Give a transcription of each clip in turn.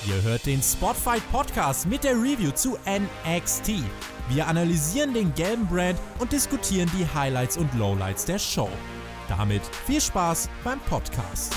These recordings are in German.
Ihr hört den Spotfight Podcast mit der Review zu NXT. Wir analysieren den gelben Brand und diskutieren die Highlights und Lowlights der Show. Damit viel Spaß beim Podcast.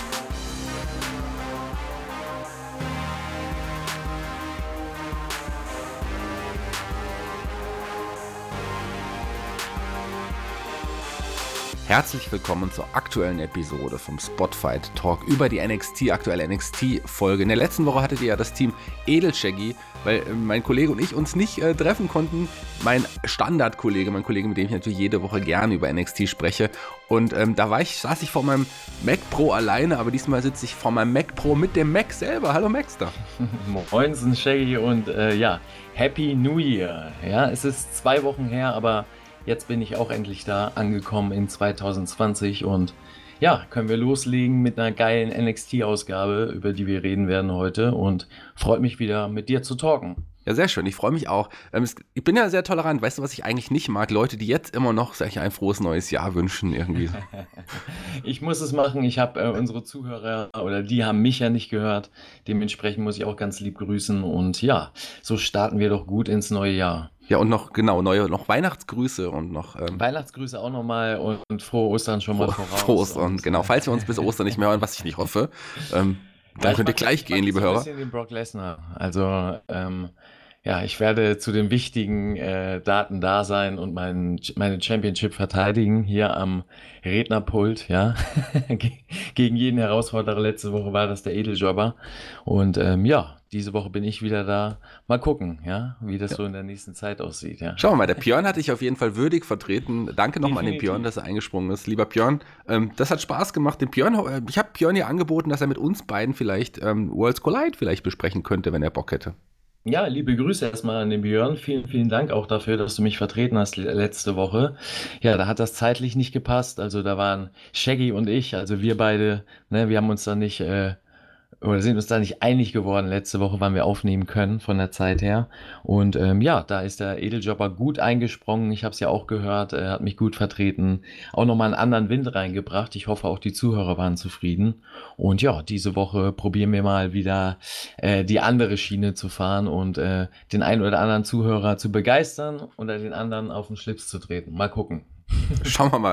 Herzlich willkommen zur aktuellen Episode vom Spotfight Talk über die aktuelle NXT-Folge. In der letzten Woche hattet ihr ja das Team Edelshaggy, weil mein Kollege und ich uns nicht treffen konnten. Mein Standardkollege, mein Kollege, mit dem ich natürlich jede Woche gerne über NXT spreche. Und saß ich vor meinem Mac Pro alleine, aber diesmal sitze ich vor meinem Mac Pro mit dem Mac selber. Hallo Maxter. Moinsen Shaggy und Happy New Year. Ja, es ist 2 Wochen her, aber jetzt bin ich auch endlich da angekommen in 2020 und ja, können wir loslegen mit einer geilen NXT-Ausgabe, über die wir reden werden heute, und freut mich wieder mit dir zu talken. Ja, sehr schön, ich freue mich auch. Ich bin ja sehr tolerant. Weißt du, was ich eigentlich nicht mag? Leute, die jetzt immer noch, sag ich, ein frohes neues Jahr wünschen irgendwie. Ich muss es machen. Ich habe unsere Zuhörer, oder die haben mich ja nicht gehört. Dementsprechend muss ich auch ganz lieb grüßen. Und ja, so starten wir doch gut ins neue Jahr. Ja, und noch Weihnachtsgrüße und noch Weihnachtsgrüße auch nochmal und frohe Ostern schon mal voraus. Frohe Ostern, genau. Falls wir uns bis Ostern nicht mehr hören, was ich nicht hoffe, dann könnt ihr gleich gehen, liebe Hörer. Ich bin ein bisschen wie Brock Lesnar. Also, ja, ich werde zu den wichtigen Daten da sein und meine Championship verteidigen hier am Rednerpult, ja. Gegen jeden Herausforderer. Letzte Woche war das der Edeljobber. Und ja, diese Woche bin ich wieder da. Mal gucken, ja, wie das so in der nächsten Zeit aussieht, ja. Schauen wir mal, der Björn hat dich auf jeden Fall würdig vertreten. Danke nochmal an den Björn, dass er eingesprungen ist. Lieber Björn, das hat Spaß gemacht. Ich habe Björn hier angeboten, dass er mit uns beiden vielleicht Worlds Collide vielleicht besprechen könnte, wenn er Bock hätte. Ja, liebe Grüße erstmal an den Björn. Vielen, vielen Dank auch dafür, dass du mich vertreten hast letzte Woche. Ja, da hat das zeitlich nicht gepasst. Also da waren Shaggy und ich, also wir beide, ne, wir haben uns da nicht oder sind uns da nicht einig geworden letzte Woche, wann wir aufnehmen können von der Zeit her. Und ja, da ist der Edeljobber gut eingesprungen. Ich habe es ja auch gehört, er hat mich gut vertreten. Auch nochmal einen anderen Wind reingebracht. Ich hoffe, auch die Zuhörer waren zufrieden. Und ja, diese Woche probieren wir mal wieder die andere Schiene zu fahren und den einen oder anderen Zuhörer zu begeistern oder den anderen auf den Schlips zu treten. Mal gucken. Schauen wir mal.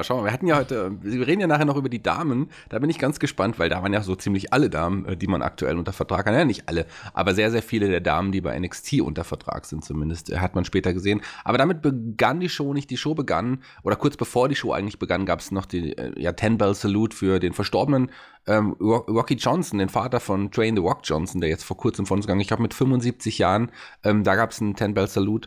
Wir reden ja nachher noch über die Damen, da bin ich ganz gespannt, weil da waren ja so ziemlich alle Damen, die man aktuell unter Vertrag hat. Ja, nicht alle, aber sehr, sehr viele der Damen, die bei NXT unter Vertrag sind zumindest, hat man später gesehen. Aber damit begann die Show nicht. Die Show begann, oder kurz bevor die Show eigentlich begann, gab es noch die 10-Bell-Salute für den verstorbenen Rocky Johnson, den Vater von Dwayne The Rock Johnson, der jetzt vor kurzem von uns gegangen ist, ich glaube mit 75 Jahren, da gab es einen 10-Bell-Salute.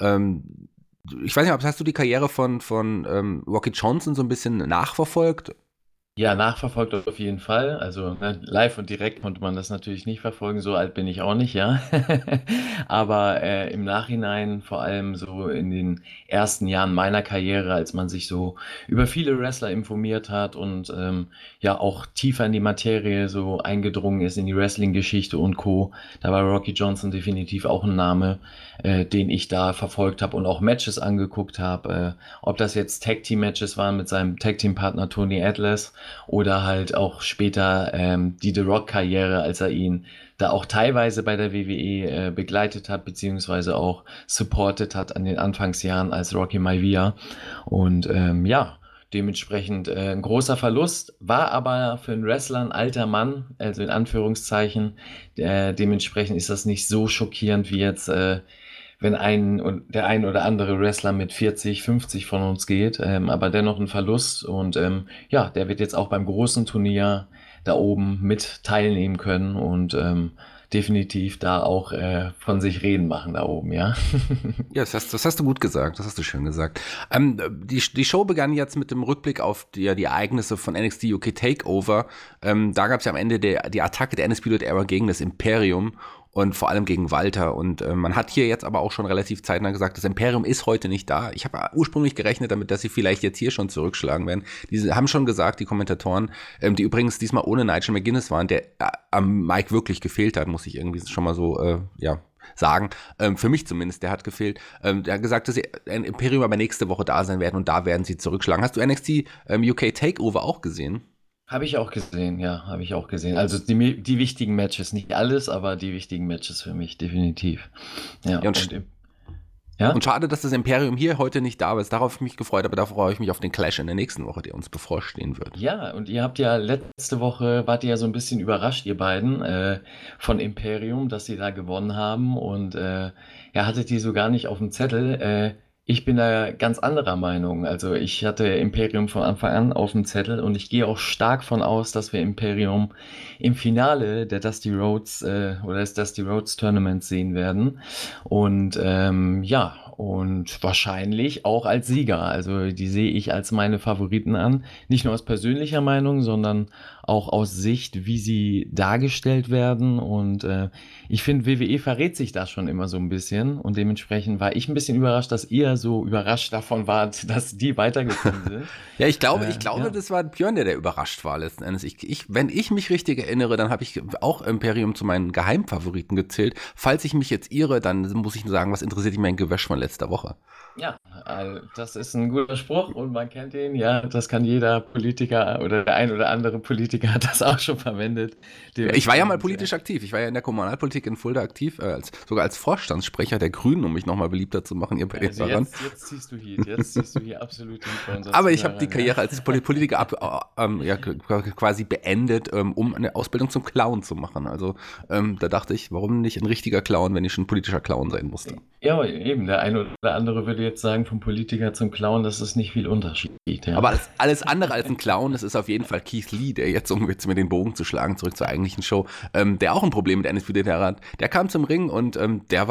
Ich weiß nicht, hast du die Karriere von Rocky Johnson so ein bisschen nachverfolgt? Ja, nachverfolgt auf jeden Fall. Also live und direkt konnte man das natürlich nicht verfolgen. So alt bin ich auch nicht, ja. Aber im Nachhinein, vor allem so in den ersten Jahren meiner Karriere, als man sich so über viele Wrestler informiert hat und ja auch tiefer in die Materie so eingedrungen ist, in die Wrestling-Geschichte und Co., da war Rocky Johnson definitiv auch ein Name, den ich da verfolgt habe und auch Matches angeguckt habe. Ob das jetzt Tag-Team-Matches waren mit seinem Tag-Team-Partner Tony Atlas oder halt auch später die The Rock-Karriere, als er ihn da auch teilweise bei der WWE begleitet hat, beziehungsweise auch supportet hat an den Anfangsjahren als Rocky Maivia. Und ja, dementsprechend ein großer Verlust, war aber für einen Wrestler ein alter Mann, also in Anführungszeichen. Dementsprechend ist das nicht so schockierend wie jetzt wenn der ein oder andere Wrestler mit 40, 50 von uns geht, aber dennoch ein Verlust und ja, der wird jetzt auch beim großen Turnier da oben mit teilnehmen können und definitiv da auch von sich reden machen da oben, ja. Ja, das hast du gut gesagt, das hast du schön gesagt. Die Show begann jetzt mit dem Rückblick auf die Ereignisse von NXT UK Takeover. Da gab es ja am Ende die Attacke der Undisputed Era gegen das Imperium und vor allem gegen Walter. Und man hat hier jetzt aber auch schon relativ zeitnah gesagt, das Imperium ist heute nicht da. Ich habe ursprünglich gerechnet damit, dass sie vielleicht jetzt hier schon zurückschlagen werden. Die haben schon gesagt, die Kommentatoren, die übrigens diesmal ohne Nigel McGuinness waren, der am Mic wirklich gefehlt hat, muss ich irgendwie schon mal so, sagen. Für mich zumindest, der hat gefehlt. Der hat gesagt, dass sie ein Imperium aber nächste Woche da sein werden und da werden sie zurückschlagen. Hast du NXT UK Takeover auch gesehen? Habe ich auch gesehen, ja, habe ich auch gesehen. Also die wichtigen Matches, nicht alles, aber die wichtigen Matches für mich, definitiv. Ja, Ja, ja? und schade, dass das Imperium hier heute nicht da ist. Darauf habe ich mich gefreut, aber da freue ich mich auf den Clash in der nächsten Woche, der uns bevorstehen wird. Ja, und ihr habt ja letzte Woche, wart ihr ja so ein bisschen überrascht, ihr beiden, von Imperium, dass sie da gewonnen haben und ja, hattet die so gar nicht auf dem Zettel. Ich bin da ganz anderer Meinung. Also ich hatte Imperium von Anfang an auf dem Zettel und ich gehe auch stark von aus, dass wir Imperium im Finale der Dusty Rhodes oder des Dusty Rhodes Tournaments sehen werden. Und ja, und wahrscheinlich auch als Sieger. Also die sehe ich als meine Favoriten an. Nicht nur aus persönlicher Meinung, sondern auch aus Sicht, wie sie dargestellt werden. Und ich finde, WWE verrät sich da schon immer so ein bisschen. Und dementsprechend war ich ein bisschen überrascht, dass ihr so überrascht davon wart, dass die weitergekommen sind. Ja, ich glaube, Ja. das war Björn, der überrascht war letzten Endes. Wenn ich mich richtig erinnere, dann habe ich auch Imperium zu meinen Geheimfavoriten gezählt. Falls ich mich jetzt irre, dann muss ich nur sagen, was interessiert dich mein Gewäsch von letzter Woche? Ja, das ist ein guter Spruch und man kennt ihn. Ja, das kann jeder Politiker oder der ein oder andere Politiker hat das auch schon verwendet. Ja, ich war ja mal Dementsprechend, politisch aktiv. Ich war ja in der Kommunalpolitik in Fulda aktiv, sogar als Vorstandssprecher der Grünen, um mich nochmal beliebter zu machen, ihr bei den also Hörern. jetzt ziehst du hier absolut Heat bei unseren Aber ich habe die Zuhörern, ja. Karriere als Politiker ja, quasi beendet, um eine Ausbildung zum Clown zu machen. Also da dachte ich, warum nicht ein richtiger Clown, wenn ich schon ein politischer Clown sein musste. Ja, eben, der eine oder andere würde jetzt sagen, vom Politiker zum Clown, das ist nicht viel Unterschied. Ja. Aber alles andere als ein Clown, das ist auf jeden Fall Keith Lee, der jetzt, um jetzt mit den Bogen zu schlagen, zurück zur eigentlichen Show, der auch ein Problem mit Undisputed Era hat. Der kam zum Ring und der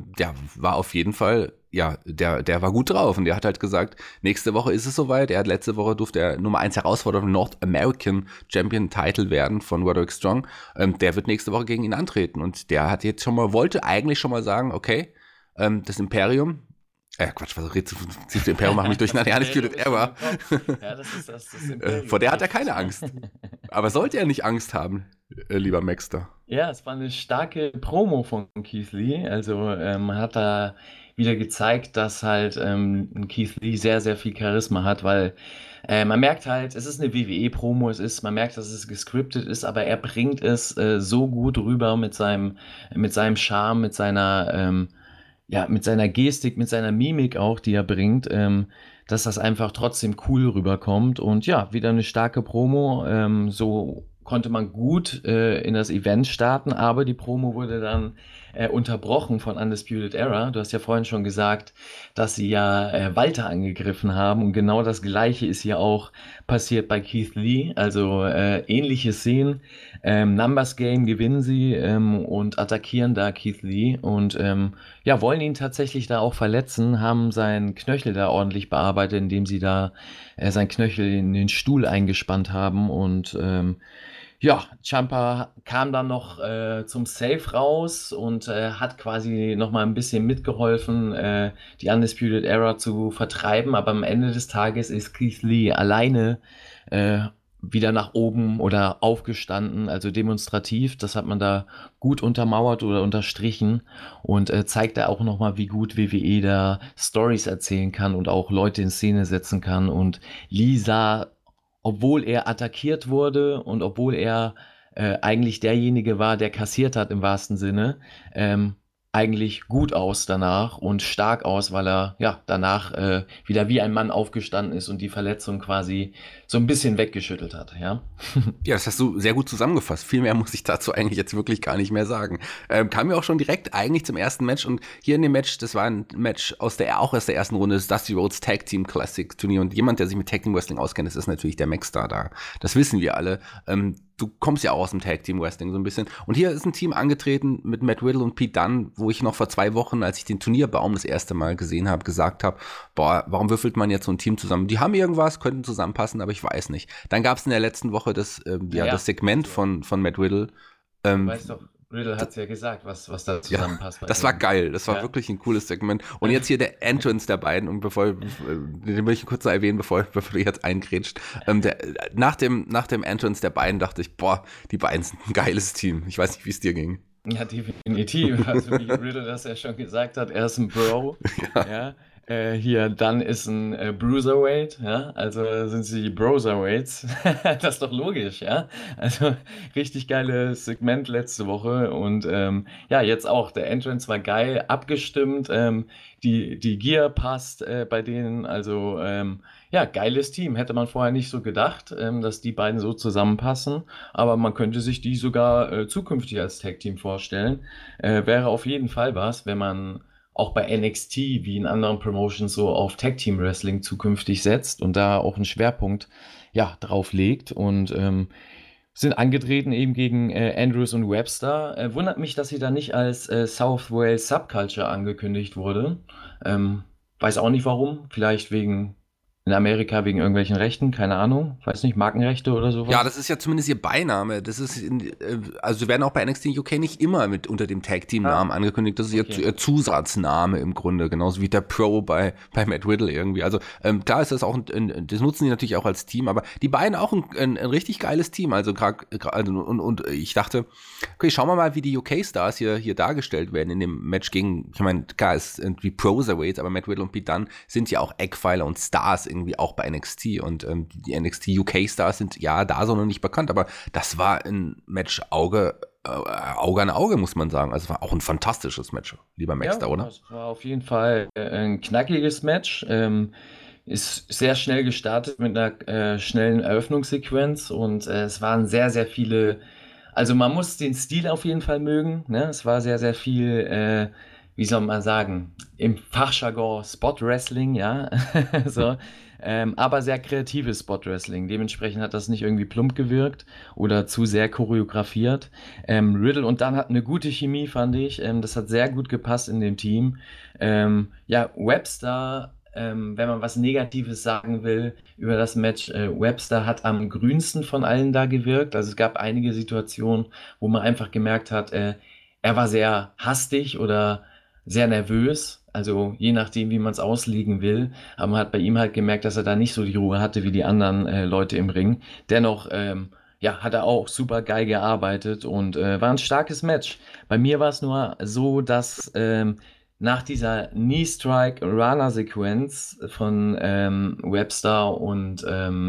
war auf jeden Fall, ja, der war gut drauf und der hat halt gesagt, nächste Woche ist es soweit. Letzte Woche durfte er Nummer 1 Herausforderer North American Champion Title werden von Roderick Strong. Der wird nächste Woche gegen ihn antreten und der hat jetzt wollte eigentlich schon mal sagen, okay, das Imperium, Quatsch, was redest du? Imperium macht mich durcheinander. Ja, Undisputed Era. Ja, das ist das Imperium. Vor der hat er keine Angst. Aber sollte er nicht Angst haben, lieber Maxter? Ja, es war eine starke Promo von Keith Lee. Also man hat da wieder gezeigt, dass halt Keith Lee sehr, sehr viel Charisma hat, weil man merkt halt, es ist eine WWE-Promo, man merkt, dass es gescriptet ist, aber er bringt es so gut rüber mit seinem Charme, mit seiner Gestik, mit seiner Mimik auch, die er bringt, dass das einfach trotzdem cool rüberkommt. Und ja, wieder eine starke Promo. So konnte man gut in das Event starten, aber die Promo wurde dann unterbrochen von Undisputed Era. Du hast ja vorhin schon gesagt, dass sie ja Walter angegriffen haben und genau das Gleiche ist hier auch passiert bei Keith Lee. Also ähnliche Szenen. Numbers Game gewinnen sie und attackieren da Keith Lee und ja, wollen ihn tatsächlich da auch verletzen, haben seinen Knöchel da ordentlich bearbeitet, indem sie da seinen Knöchel in den Stuhl eingespannt haben und ja, Ciampa kam dann noch zum Save raus und hat quasi noch mal ein bisschen mitgeholfen, die Undisputed Era zu vertreiben, aber am Ende des Tages ist Keith Lee alleine wieder nach oben oder aufgestanden, also demonstrativ. Das hat man da gut untermauert oder unterstrichen und zeigt da auch nochmal, wie gut WWE da Stories erzählen kann und auch Leute in Szene setzen kann. Und Lisa, obwohl er attackiert wurde und obwohl er eigentlich derjenige war, der kassiert hat im wahrsten Sinne, eigentlich gut aus danach und stark aus, weil er ja danach wieder wie ein Mann aufgestanden ist und die Verletzung quasi so ein bisschen weggeschüttelt hat, ja. Ja, das hast du sehr gut zusammengefasst. Viel mehr muss ich dazu eigentlich jetzt wirklich gar nicht mehr sagen. Kam mir auch schon direkt eigentlich zum ersten Match und hier in dem Match, das war ein Match auch aus der ersten Runde des Dusty Rhodes Tag Team Classic Turnier und jemand, der sich mit Tag Team Wrestling auskennt, das ist natürlich der Maxstar da. Das wissen wir alle. Du kommst ja auch aus dem Tag Team Wrestling so ein bisschen. Und hier ist ein Team angetreten mit Matt Riddle und Pete Dunne, wo ich noch vor 2 Wochen, als ich den Turnierbaum das erste Mal gesehen habe, gesagt habe, boah, warum würfelt man jetzt so ein Team zusammen? Die haben irgendwas, könnten zusammenpassen, aber ich weiß nicht. Dann gab es in der letzten Woche das Segment von Matt Riddle. Du weißt doch, Riddle hat es ja gesagt, was da zusammenpasst. Das war geil, das war wirklich ein cooles Segment. Und jetzt hier der Entrance der beiden, und den will ich kurz noch erwähnen, bevor du jetzt eingrätscht. Nach dem Entrance der beiden dachte ich, boah, die beiden sind ein geiles Team. Ich weiß nicht, wie es dir ging. Ja, definitiv. Also wie Riddle das ja schon gesagt hat, er ist ein Bro. Ja. Hier, dann ist ein Bruiserweight, ja, also sind sie die Broserweights. Das ist doch logisch, ja. Also richtig geiles Segment letzte Woche und ja, jetzt auch. Der Entrance war geil, abgestimmt, die Gear passt bei denen, also ja, geiles Team. Hätte man vorher nicht so gedacht, dass die beiden so zusammenpassen, aber man könnte sich die sogar zukünftig als Tag-Team vorstellen. Wäre auf jeden Fall was, wenn man auch bei NXT wie in anderen Promotions so auf Tag Team Wrestling zukünftig setzt und da auch einen Schwerpunkt ja drauf legt und sind angetreten eben gegen Andrews und Webster. Wundert mich, dass sie da nicht als South Wales Subculture angekündigt wurde. Ähm, Weiß auch nicht warum. Vielleicht wegen in Amerika wegen irgendwelchen Rechten, keine Ahnung. Weiß nicht, Markenrechte oder Ja, sowas. das ist ja zumindest ihr Beiname. Also sie werden auch bei NXT UK nicht immer mit unter dem Ah, Tag-Team-Namen angekündigt. Das ist okay. ihr Zusatzname im Grunde, genauso wie der Pro bei Matt Riddle irgendwie. Also klar ist das auch, das nutzen die natürlich auch als Team, aber die beiden auch ein richtig geiles Team. Also und ich dachte, okay, schauen wir mal, wie die UK-Stars hier dargestellt werden in dem Match gegen, ich meine, klar, es ist irgendwie Proserweights, aber Matt Riddle und Pete Dunne sind ja auch Eckpfeiler und Stars irgendwie auch bei NXT und die NXT UK-Stars sind ja da so noch nicht bekannt, aber das war ein Match Auge an Auge, muss man sagen. Also es war auch ein fantastisches Match, lieber Max Ja, da, oder? es war auf jeden Fall ein knackiges Match. Ist sehr schnell gestartet mit einer schnellen Eröffnungssequenz und es waren sehr, sehr viele. Also man muss den Stil auf jeden Fall mögen. Ne? Es war sehr, sehr viel, wie soll man sagen, im Fachjargon Spot Wrestling, ja. So. Aber sehr kreatives Spot Wrestling. Dementsprechend hat das nicht irgendwie plump gewirkt oder zu sehr choreografiert. Riddle und Dunn hatten eine gute Chemie, fand ich. Das hat sehr gut gepasst in dem Team. Ja, Webster, wenn man was Negatives sagen will über das Match, Webster hat am grünsten von allen da gewirkt. Also es gab einige Situationen, wo man einfach gemerkt hat, er war sehr hastig oder sehr nervös. Also je nachdem, wie man es auslegen will. Aber man hat bei ihm halt gemerkt, dass er da nicht so die Ruhe hatte wie die anderen Leute im Ring. Dennoch ja, hat er auch super geil gearbeitet und war ein starkes Match. Bei mir war es nur so, dass nach dieser Knee-Strike-Runner-Sequenz von Webster und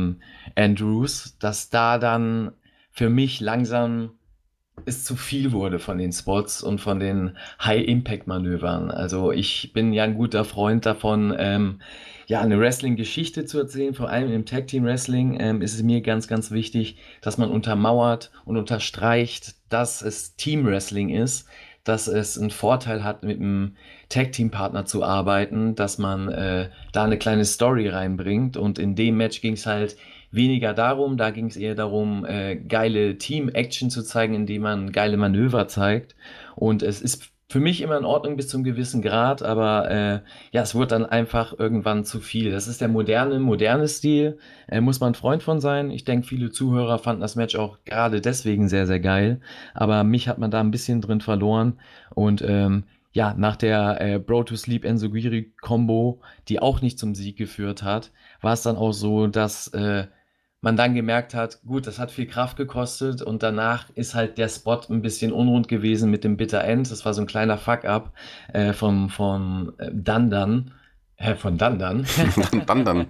Andrews, dass da dann für mich langsam es zu viel wurde von den Spots und von den High-Impact-Manövern. Also ich bin ja ein guter Freund davon, ja, eine Wrestling-Geschichte zu erzählen. Vor allem im Tag-Team-Wrestling ist es mir ganz, ganz wichtig, dass man untermauert und unterstreicht, dass es Team-Wrestling ist, dass es einen Vorteil hat, mit einem Tag-Team-Partner zu arbeiten, dass man da eine kleine Story reinbringt. Und in dem Match ging es halt weniger darum, da ging es eher darum, geile Team-Action zu zeigen, indem man geile Manöver zeigt. Und es ist für mich immer in Ordnung bis zum gewissen Grad, aber ja, es wird dann einfach irgendwann zu viel. Das ist der moderne Stil, muss man ein Freund von sein. Ich denke, viele Zuhörer fanden das Match auch gerade deswegen sehr, sehr geil, aber mich hat man da ein bisschen drin verloren und ja, nach der Bro to Sleep Enzogiri Combo, die auch nicht zum Sieg geführt hat, war es dann auch so, dass man dann gemerkt hat, gut, das hat viel Kraft gekostet und danach ist halt der Spot ein bisschen unrund gewesen mit dem Bitter End. Das war so ein kleiner Fuck-up von Dandan. Von Dandan. Dann.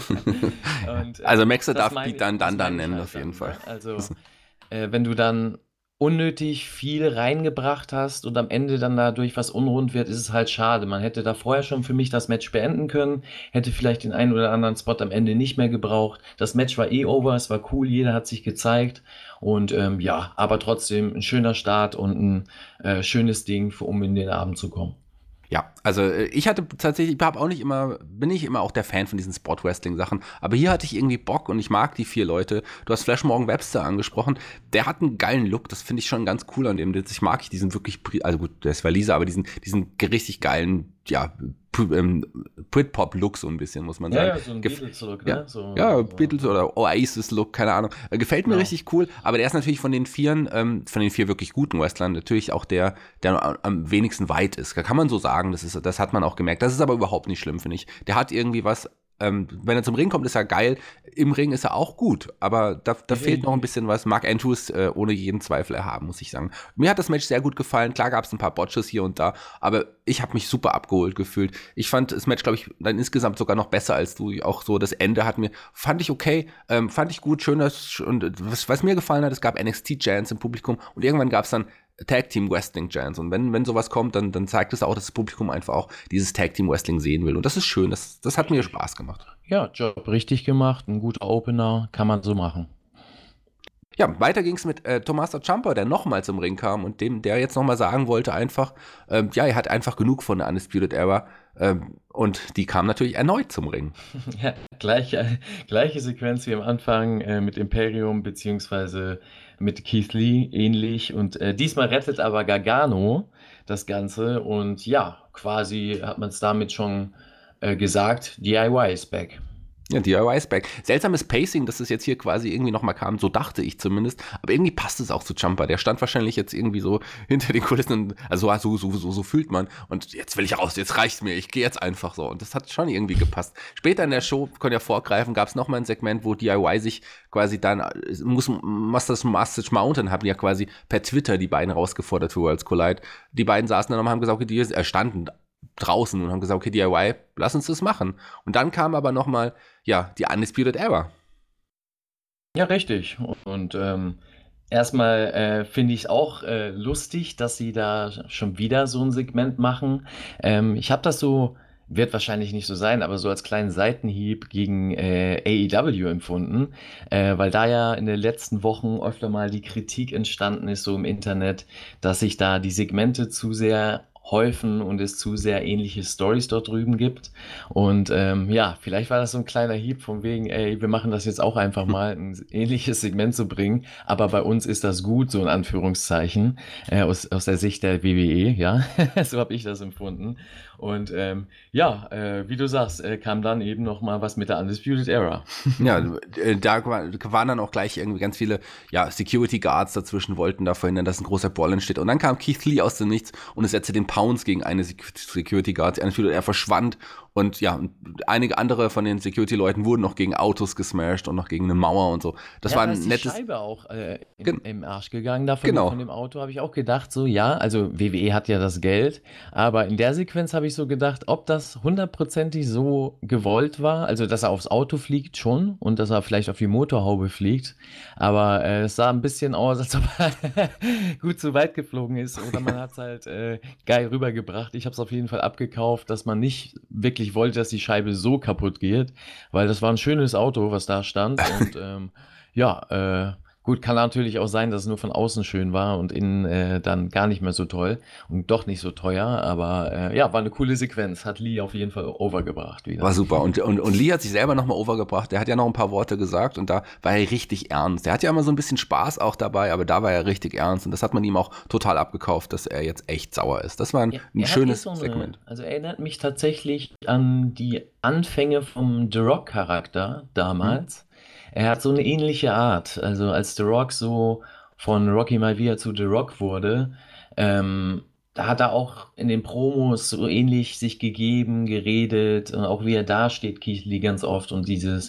Und Also Max das darf meine Pete das dann meine ich nennen, halt auf jeden dann. Fall. Ne? Also wenn du dann unnötig viel reingebracht hast und am Ende dann dadurch was unrund wird, ist es halt schade. Man hätte da vorher schon für mich das Match beenden können, hätte vielleicht den einen oder anderen Spot am Ende nicht mehr gebraucht. Das Match war eh over, es war cool, jeder hat sich gezeigt und ja, aber trotzdem ein schöner Start und ein schönes Ding, um in den Abend zu kommen. Ja, also ich hatte tatsächlich, bin ich immer auch der Fan von diesen Spot-Wrestling-Sachen, aber hier hatte ich irgendwie Bock und ich mag die 4 Leute. Du hast Flash Morgan Webster angesprochen, der hat einen geilen Look, das finde ich schon ganz cool an dem. Ich mag diesen wirklich, also gut, der ist Waliser, aber diesen richtig geilen, ja, Britpop-Look so ein bisschen, muss man Ja, sagen. ja, so ein Beatles-Look, Ja, ne? So, ja, so, Beatles oder Oasis-Look, keine Ahnung. Gefällt mir genau. richtig cool, aber der ist natürlich von den 4 wirklich guten Wrestlern natürlich auch der am wenigsten weit ist. Kann man so sagen, das hat man auch gemerkt. Das ist aber überhaupt nicht schlimm, finde ich. Der hat irgendwie was, Wenn er zum Ring kommt, ist er geil. Im Ring ist er auch gut. Aber da fehlt noch ein bisschen was. Mark Andrews ohne jeden Zweifel erhaben, muss ich sagen. Mir hat das Match sehr gut gefallen. Klar gab es ein paar Botches hier und da. Aber ich habe mich super abgeholt gefühlt. Ich fand das Match, glaube ich, dann insgesamt sogar noch besser als du. Auch so das Ende fand ich okay. Fand ich gut. Schön, und was mir gefallen hat, es gab NXT-Chants im Publikum. Und irgendwann gab es dann Tag-Team-Wrestling-Chants. Und wenn sowas kommt, dann zeigt es auch, dass das Publikum einfach auch dieses Tag-Team-Wrestling sehen will. Und das ist schön. Das hat mir Spaß gemacht. Ja, Job richtig gemacht, ein guter Opener, kann man so machen. Ja, weiter ging es mit Tommaso Ciampa, der nochmal zum Ring kam und der jetzt nochmal sagen wollte einfach, er hat einfach genug von der Undisputed Era und die kam natürlich erneut zum Ring. Ja, gleiche Sequenz wie am Anfang mit Imperium beziehungsweise mit Keith Lee ähnlich und diesmal rettet aber Gargano das Ganze und ja, quasi hat man es damit schon gesagt, DIY ist back. Ja, DIY ist back. Seltsames Pacing, dass es jetzt hier quasi irgendwie nochmal kam, so dachte ich zumindest. Aber irgendwie passt es auch zu Ciampa. Der stand wahrscheinlich jetzt irgendwie so hinter den Kulissen und so fühlt man. Und jetzt will ich raus, jetzt reicht's mir, ich gehe jetzt einfach so. Und das hat schon irgendwie gepasst. Später in der Show, könnt ihr vorgreifen, gab es nochmal ein Segment, wo DIY sich quasi dann, Masters Mountain haben ja quasi per Twitter die beiden rausgefordert für Worlds Collide. Die beiden saßen dann und haben gesagt, okay, die standen draußen und haben gesagt, okay, DIY, lass uns das machen. Und dann kam aber nochmal, die Undisputed Era. Ja, richtig. Und erstmal finde ich es auch lustig, dass sie da schon wieder so ein Segment machen. Ich habe das so, wird wahrscheinlich nicht so sein, aber so als kleinen Seitenhieb gegen AEW empfunden, weil da ja in den letzten Wochen öfter mal die Kritik entstanden ist, so im Internet, dass sich da die Segmente zu sehr häufen und es zu sehr ähnliche Stories dort drüben gibt. Und vielleicht war das so ein kleiner Hieb von wegen, wir machen das jetzt auch einfach mal, ein ähnliches Segment zu bringen, aber bei uns ist das gut, so in Anführungszeichen, aus der Sicht der WWE, ja, so habe ich das empfunden. Und wie du sagst, kam dann eben noch mal was mit der Undisputed Era. Ja, da waren dann auch gleich irgendwie ganz viele Security Guards dazwischen, wollten da verhindern, dass ein großer Brawl entsteht. Und dann kam Keith Lee aus dem Nichts und es setzte den Pounce gegen eine Security Guard. Er verschwand und einige andere von den Security-Leuten wurden noch gegen Autos gesmashed und noch gegen eine Mauer und so. Das war ein nettes... Die Scheibe auch im Arsch gegangen davon, von dem Auto, habe ich auch gedacht, so also WWE hat ja das Geld, aber in der Sequenz habe ich so gedacht, ob das hundertprozentig so gewollt war, also dass er aufs Auto fliegt schon und dass er vielleicht auf die Motorhaube fliegt, aber es sah ein bisschen aus, als ob er gut zu weit geflogen ist oder man hat es halt geil rübergebracht. Ich habe es auf jeden Fall abgekauft, dass man nicht wirklich wollte, dass die Scheibe so kaputt geht, weil das war ein schönes Auto, was da stand und gut, kann natürlich auch sein, dass es nur von außen schön war und innen dann gar nicht mehr so toll und doch nicht so teuer, aber war eine coole Sequenz, hat Lee auf jeden Fall overgebracht wieder. War super und Lee hat sich selber nochmal overgebracht, der hat ja noch ein paar Worte gesagt und da war er richtig ernst. Der hat ja immer so ein bisschen Spaß auch dabei, aber da war er richtig ernst und das hat man ihm auch total abgekauft, dass er jetzt echt sauer ist. Das war ein schönes Segment. Also erinnert mich tatsächlich an die Anfänge vom The Rock-Charakter damals. Er hat so eine ähnliche Art. Also als The Rock so von Rocky Maivia zu The Rock wurde, da hat er auch in den Promos so ähnlich sich gegeben, geredet und auch wie er da steht, Keith Lee ganz oft und diese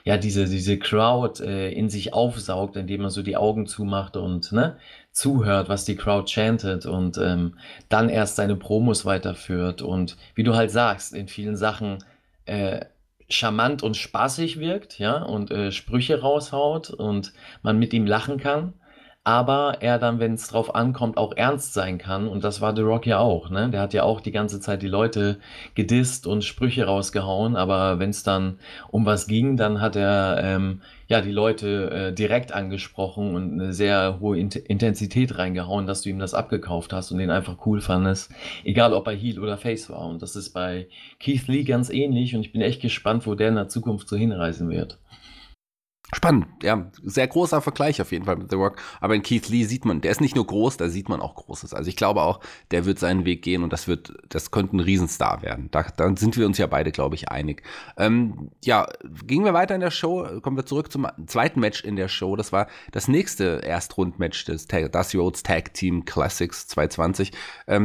Crowd in sich aufsaugt, indem er so die Augen zumacht und zuhört, was die Crowd chantet und dann erst seine Promos weiterführt und wie du halt sagst, in vielen Sachen charmant und spaßig wirkt, und Sprüche raushaut und man mit ihm lachen kann, aber er dann, wenn es drauf ankommt, auch ernst sein kann und das war The Rock ja auch, ne? Der hat ja auch die ganze Zeit die Leute gedisst und Sprüche rausgehauen, aber wenn es dann um was ging, dann hat er die Leute direkt angesprochen und eine sehr hohe Intensität reingehauen, dass du ihm das abgekauft hast und den einfach cool fandest, egal ob er Heel oder Face war und das ist bei Keith Lee ganz ähnlich und ich bin echt gespannt, wo der in der Zukunft so hinreisen wird. Spannend, ja, sehr großer Vergleich auf jeden Fall mit The Rock, aber in Keith Lee sieht man, der ist nicht nur groß, da sieht man auch Großes, also ich glaube auch, der wird seinen Weg gehen und das könnte ein Riesenstar werden, da sind wir uns ja beide, glaube ich, einig. Gingen wir weiter in der Show, kommen wir zurück zum zweiten Match in der Show, das war das nächste Erstrundmatch des Dusty Rhodes Tag Team Classics 220,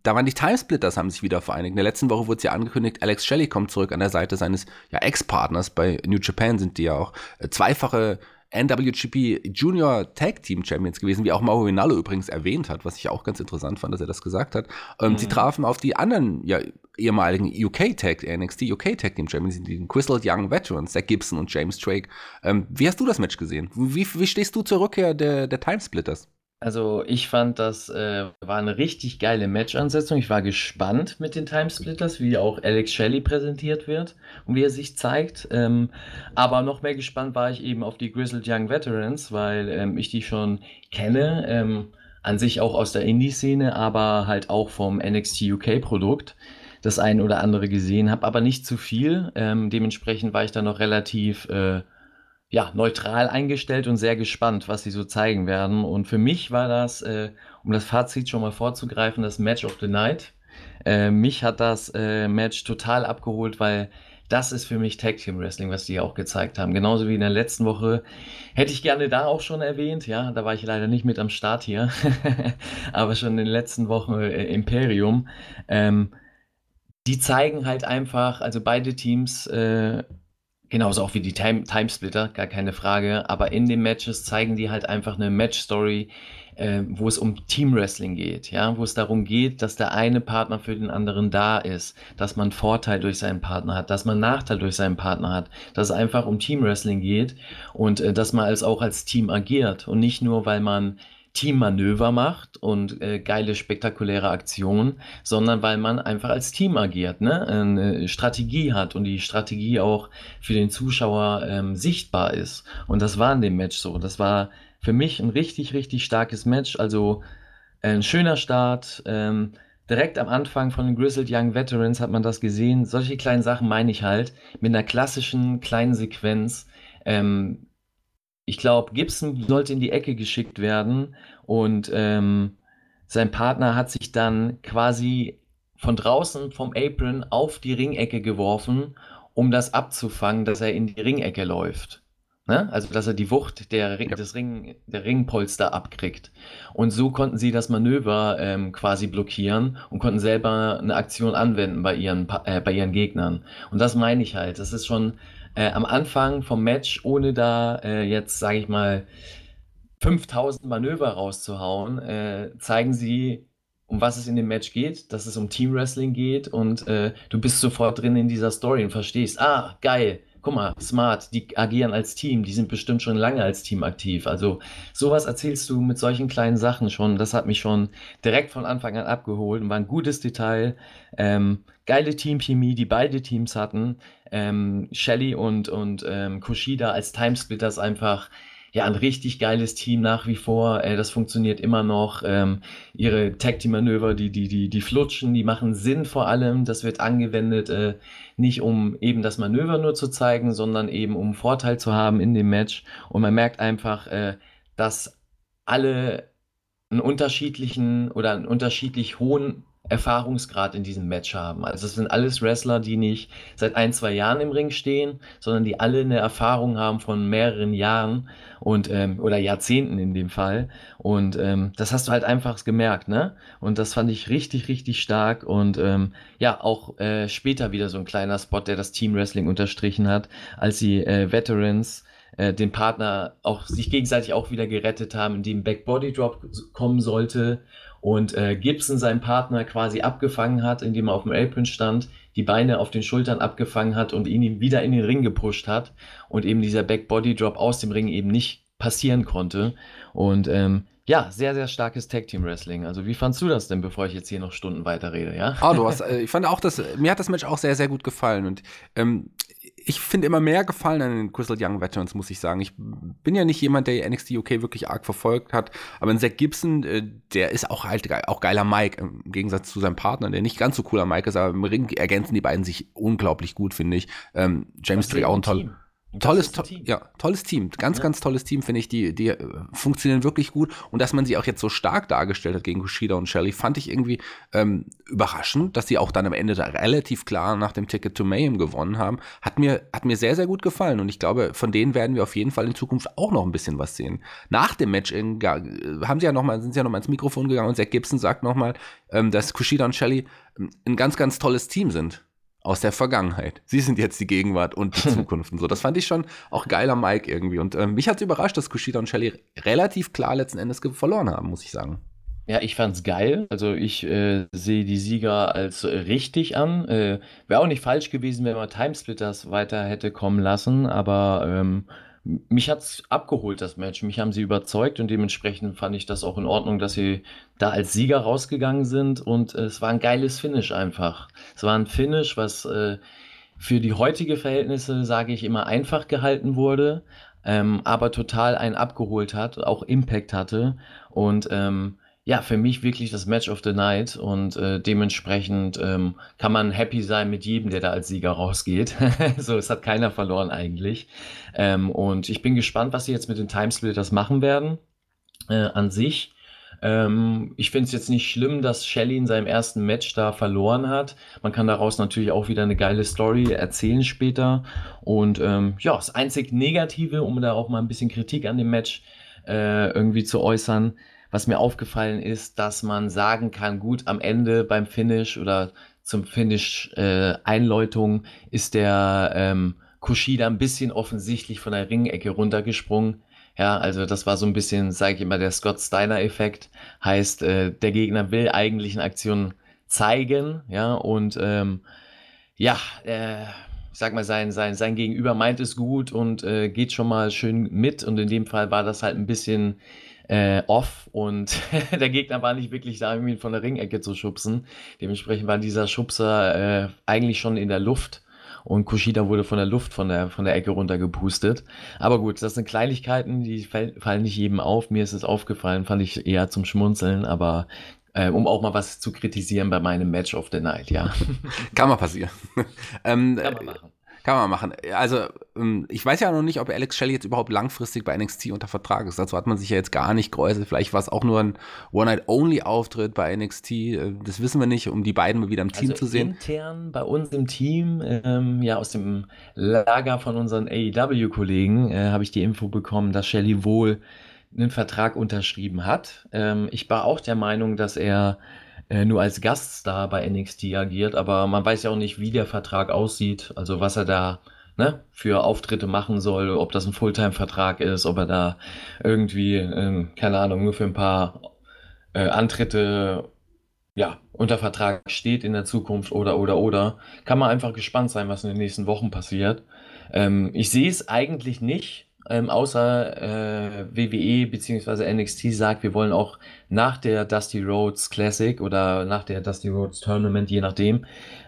da waren die Timesplitters, haben sich wieder vereinigt. In der letzten Woche wurde es ja angekündigt, Alex Shelley kommt zurück an der Seite seines Ex-Partners. Bei New Japan sind die ja auch zweifache NWGP Junior Tag Team Champions gewesen, wie auch Mauro Ranallo übrigens erwähnt hat, was ich auch ganz interessant fand, dass er das gesagt hat. Sie trafen auf die anderen ehemaligen NXT UK Tag Team Champions, die Grizzled Young Veterans, Zack Gibson und James Drake. Wie hast du das Match gesehen? Wie stehst du zur Rückkehr der Timesplitters? Also ich fand, das war eine richtig geile Match-Ansetzung. Ich war gespannt mit den Timesplitters, wie auch Alex Shelley präsentiert wird und wie er sich zeigt. Aber noch mehr gespannt war ich eben auf die Grizzled Young Veterans, weil ich die schon kenne, an sich auch aus der Indie-Szene, aber halt auch vom NXT UK-Produkt das ein oder andere gesehen habe, aber nicht zu viel. Dementsprechend war ich da noch relativ neutral eingestellt und sehr gespannt, was sie so zeigen werden. Und für mich war das, um das Fazit schon mal vorzugreifen, das Match of the Night. Mich hat das Match total abgeholt, weil das ist für mich Tag Team Wrestling, was die auch gezeigt haben. Genauso wie in der letzten Woche. Hätte ich gerne da auch schon erwähnt. Ja, da war ich leider nicht mit am Start hier. Aber schon in den letzten Wochen Imperium. Die zeigen halt einfach, also beide Teams, genauso auch wie die Timesplitter, gar keine Frage. Aber in den Matches zeigen die halt einfach eine Match-Story, wo es um Team-Wrestling geht. Ja? Wo es darum geht, dass der eine Partner für den anderen da ist. Dass man Vorteil durch seinen Partner hat. Dass man Nachteil durch seinen Partner hat. Dass es einfach um Team-Wrestling geht. Und dass man auch als Team agiert. Und nicht nur, weil man Teammanöver macht und geile, spektakuläre Aktionen, sondern weil man einfach als Team agiert, ne? Eine Strategie hat und die Strategie auch für den Zuschauer sichtbar ist. Und das war in dem Match so. Das war für mich ein richtig, richtig starkes Match. Also ein schöner Start. Direkt am Anfang von den Grizzled Young Veterans hat man das gesehen. Solche kleinen Sachen meine ich halt mit einer klassischen kleinen Sequenz. Ich glaube, Gibson sollte in die Ecke geschickt werden und sein Partner hat sich dann quasi von draußen vom Apron auf die Ringecke geworfen, um das abzufangen, dass er in die Ringecke läuft. Ne? Also, dass er die Wucht der Ringpolster abkriegt. Und so konnten sie das Manöver quasi blockieren und konnten selber eine Aktion anwenden bei ihren Gegnern. Und das meine ich halt. Das ist schon am Anfang vom Match, ohne da jetzt, sage ich mal, 5000 Manöver rauszuhauen, zeigen sie, um was es in dem Match geht, dass es um Team-Wrestling geht und du bist sofort drin in dieser Story und verstehst, geil, guck mal, smart, die agieren als Team, die sind bestimmt schon lange als Team aktiv. Also sowas erzählst du mit solchen kleinen Sachen schon, das hat mich schon direkt von Anfang an abgeholt und war ein gutes Detail. Geile Teamchemie, die beide Teams hatten. Shelley und Kushida als Timesplitters einfach ein richtig geiles Team nach wie vor. Das funktioniert immer noch. Ihre Tag-Team-Manöver, die flutschen, die machen Sinn vor allem. Das wird angewendet, nicht um eben das Manöver nur zu zeigen, sondern eben um Vorteil zu haben in dem Match. Und man merkt einfach, dass alle einen unterschiedlichen oder einen unterschiedlich hohen Erfahrungsgrad in diesem Match haben. Also es sind alles Wrestler, die nicht seit 1, 2 Jahren im Ring stehen, sondern die alle eine Erfahrung haben von mehreren Jahren und oder Jahrzehnten in dem Fall. Und das hast du halt einfach gemerkt, ne? Und das fand ich richtig, richtig stark. Und auch später wieder so ein kleiner Spot, der das Team Wrestling unterstrichen hat, als die Veterans den Partner auch sich gegenseitig auch wieder gerettet haben, indem Back Body Drop kommen sollte und Gibson seinen Partner quasi abgefangen hat, indem er auf dem Apron stand, die Beine auf den Schultern abgefangen hat und ihn wieder in den Ring gepusht hat und eben dieser Back Body Drop aus dem Ring eben nicht passieren konnte. Und sehr, sehr starkes Tag Team Wrestling. Also wie fandst du das denn, bevor ich jetzt hier noch Stunden weiterrede, ja? Ich fand auch, mir hat das Match auch sehr, sehr gut gefallen und ich finde immer mehr gefallen an den Grizzled Young Veterans, muss ich sagen. Ich bin ja nicht jemand, der NXT UK wirklich arg verfolgt hat, aber ein Zack Gibson, der ist auch halt auch geiler Mike, im Gegensatz zu seinem Partner, der nicht ganz so cooler Mike ist, aber im Ring ergänzen die beiden sich unglaublich gut, finde ich. James Drake auch ein toller. Tolles, das Team. ja, tolles Team. Ganz, Ja. ganz tolles Team, finde ich. Die funktionieren wirklich gut. Und dass man sie auch jetzt so stark dargestellt hat gegen Kushida und Shelley, fand ich irgendwie überraschend, dass sie auch dann am Ende da relativ klar nach dem Ticket to Mayhem gewonnen haben. Hat mir sehr, sehr gut gefallen. Und ich glaube, von denen werden wir auf jeden Fall in Zukunft auch noch ein bisschen was sehen. Nach dem Match sind sie ja noch mal ins Mikrofon gegangen und Zack Gibson sagt nochmal, dass Kushida und Shelley ein ganz, ganz tolles Team sind. Aus der Vergangenheit. Sie sind jetzt die Gegenwart und die Zukunft und so. Das fand ich schon auch geil am Mic irgendwie. Und mich hat es überrascht, dass Kushida und Shelley relativ klar letzten Endes verloren haben, muss ich sagen. Ja, ich fand's geil. Also ich sehe die Sieger als richtig an. Wäre auch nicht falsch gewesen, wenn man Timesplitters weiter hätte kommen lassen, aber mich hat's abgeholt, das Match. Mich haben sie überzeugt und dementsprechend fand ich das auch in Ordnung, dass sie da als Sieger rausgegangen sind und es war ein geiles Finish einfach. Es war ein Finish, was für die heutige Verhältnisse, sage ich immer, einfach gehalten wurde, aber total einen abgeholt hat, auch Impact hatte und ja, für mich wirklich das Match of the Night und dementsprechend kann man happy sein mit jedem, der da als Sieger rausgeht. So, es hat keiner verloren eigentlich. Und ich bin gespannt, was sie jetzt mit den Timesplitters machen werden an sich. Ich finde es jetzt nicht schlimm, dass Shelley in seinem ersten Match da verloren hat. Man kann daraus natürlich auch wieder eine geile Story erzählen später. Und ja, das einzig Negative, um da auch mal ein bisschen Kritik an dem Match irgendwie zu äußern, was mir aufgefallen ist, dass man sagen kann, gut, am Ende beim Finish oder zum Finish Einläutung ist der Kushida ein bisschen offensichtlich von der Ringecke runtergesprungen. Ja, also das war so ein bisschen, sage ich immer, der Scott Steiner-Effekt. Heißt, der Gegner will eigentlich eine Aktion zeigen, ja, und ja, ich sag mal, sein Gegenüber meint es gut und geht schon mal schön mit. Und in dem Fall war das halt ein bisschen off und der Gegner war nicht wirklich da, um ihn von der Ringecke zu schubsen. Dementsprechend war dieser Schubser eigentlich schon in der Luft und Kushida wurde von der Luft von der Ecke runtergepustet. Aber gut, das sind Kleinigkeiten, die fallen nicht jedem auf. Mir ist es aufgefallen, fand ich eher zum Schmunzeln, aber um auch mal was zu kritisieren bei meinem Match of the Night, ja. Kann mal passieren. Kann man machen. Kann man machen. Also, ich weiß ja noch nicht, ob Alex Shelley jetzt überhaupt langfristig bei NXT unter Vertrag ist. Dazu hat man sich ja jetzt gar nicht geäußert. Vielleicht war es auch nur ein One-Night-Only-Auftritt bei NXT. Das wissen wir nicht, um die beiden mal wieder im Team zu sehen. Intern bei uns im Team, ja, aus dem Lager von unseren AEW-Kollegen, habe ich die Info bekommen, dass Shelley wohl einen Vertrag unterschrieben hat. Ich war auch der Meinung, dass er nur als Gaststar bei NXT agiert, aber man weiß ja auch nicht, wie der Vertrag aussieht, also was er da für Auftritte machen soll, ob das ein Fulltime-Vertrag ist, ob er da irgendwie, keine Ahnung, nur für ein paar Antritte ja, unter Vertrag steht in der Zukunft oder. Kann man einfach gespannt sein, was in den nächsten Wochen passiert. Ich sehe es eigentlich nicht, außer WWE bzw. NXT sagt, wir wollen auch nach der Dusty Rhodes Classic oder nach der Dusty Rhodes Tournament, je nachdem,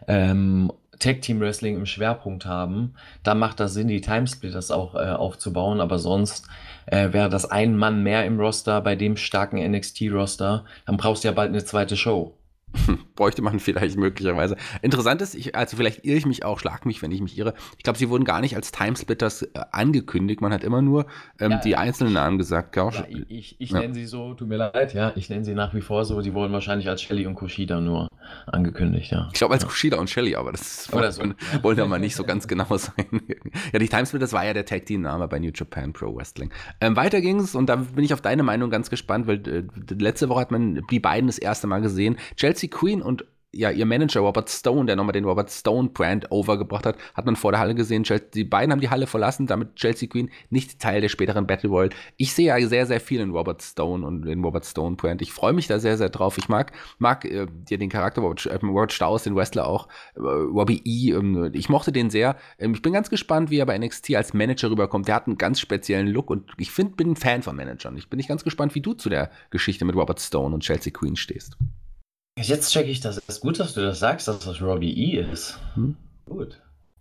Tag Team Wrestling im Schwerpunkt haben. Da macht das Sinn, die Timesplitters auch aufzubauen, aber sonst wäre das ein Mann mehr im Roster bei dem starken NXT-Roster, dann brauchst du ja bald eine zweite Show. Bräuchte man vielleicht möglicherweise. Interessant ist, also vielleicht irre ich mich auch, schlag mich, wenn ich mich irre. Ich glaube, sie wurden gar nicht als Timesplitters angekündigt. Man hat immer nur die einzelnen Namen gesagt. Ja, ich nenne sie so, tut mir leid, ja, ich nenne sie nach wie vor so. Die wurden wahrscheinlich als Shelley und Kushida nur angekündigt, ja. Ich glaube, als Kushida und Shelley, aber das wollen ja mal nicht so ganz genau sein. Ja, die Timesplitters war ja der Tag-Team-Name bei New Japan Pro Wrestling. Weiter ging es und da bin ich auf deine Meinung ganz gespannt, weil letzte Woche hat man die beiden das erste Mal gesehen. Chelsea Queen und ja, ihr Manager Robert Stone, der nochmal den Robert Stone Brand overgebracht hat man vor der Halle gesehen. Die beiden haben die Halle verlassen, damit Chelsea Queen nicht Teil der späteren Battle Royal. Ich sehe ja sehr, sehr viel in Robert Stone und in Robert Stone Brand. Ich freue mich da sehr, sehr drauf. Ich mag den Charakter Robert Staus, den Wrestler auch, Robbie E. Ich mochte den sehr. Ich bin ganz gespannt, wie er bei NXT als Manager rüberkommt. Der hat einen ganz speziellen Look und ich bin ein Fan von Managern. Ich bin ganz gespannt, wie du zu der Geschichte mit Robert Stone und Chelsea Queen stehst. Jetzt checke ich das. Es ist gut, dass du das sagst, dass das Robbie E. ist. Gut.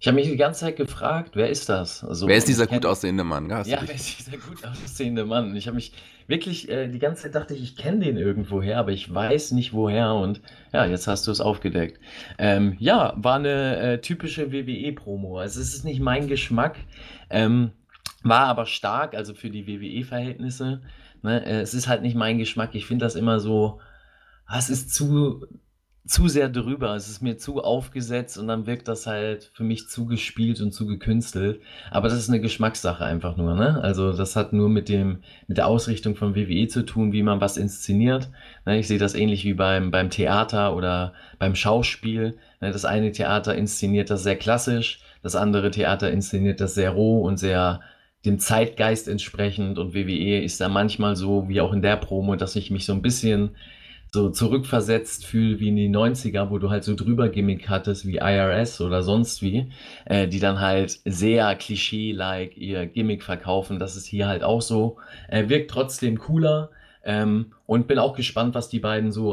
Ich habe mich die ganze Zeit gefragt, wer ist das? Wer Also, ist und dieser ich gut kenne, aussehende Mann? Ja, hast du ja, wer dich. ist dieser gut aussehende Mann? Ich habe mich wirklich die ganze Zeit dachte ich kenne den irgendwoher, aber ich weiß nicht woher. Und ja, jetzt hast du es aufgedeckt. Ja, war eine typische WWE-Promo. Also es ist nicht mein Geschmack, ähm, war aber stark, also für die WWE-Verhältnisse. Ne? Es ist halt nicht mein Geschmack. Ich finde das immer so, es ist zu sehr drüber. Es ist mir zu aufgesetzt und dann wirkt das halt für mich zu gespielt und zu gekünstelt. Aber das ist eine Geschmackssache einfach nur, ne? Also das hat nur mit der Ausrichtung von WWE zu tun, wie man was inszeniert. Ne, ich sehe das ähnlich wie beim Theater oder beim Schauspiel. Ne, das eine Theater inszeniert das sehr klassisch, das andere Theater inszeniert das sehr roh und sehr dem Zeitgeist entsprechend und WWE ist da manchmal so, wie auch in der Promo, dass ich mich so ein bisschen so zurückversetzt fühle wie in die 90er, wo du halt so drüber Gimmick hattest wie IRS oder sonst wie, die dann halt sehr Klischee-like ihr Gimmick verkaufen. Das ist hier halt auch so. Wirkt trotzdem cooler. Und bin auch gespannt, was die beiden so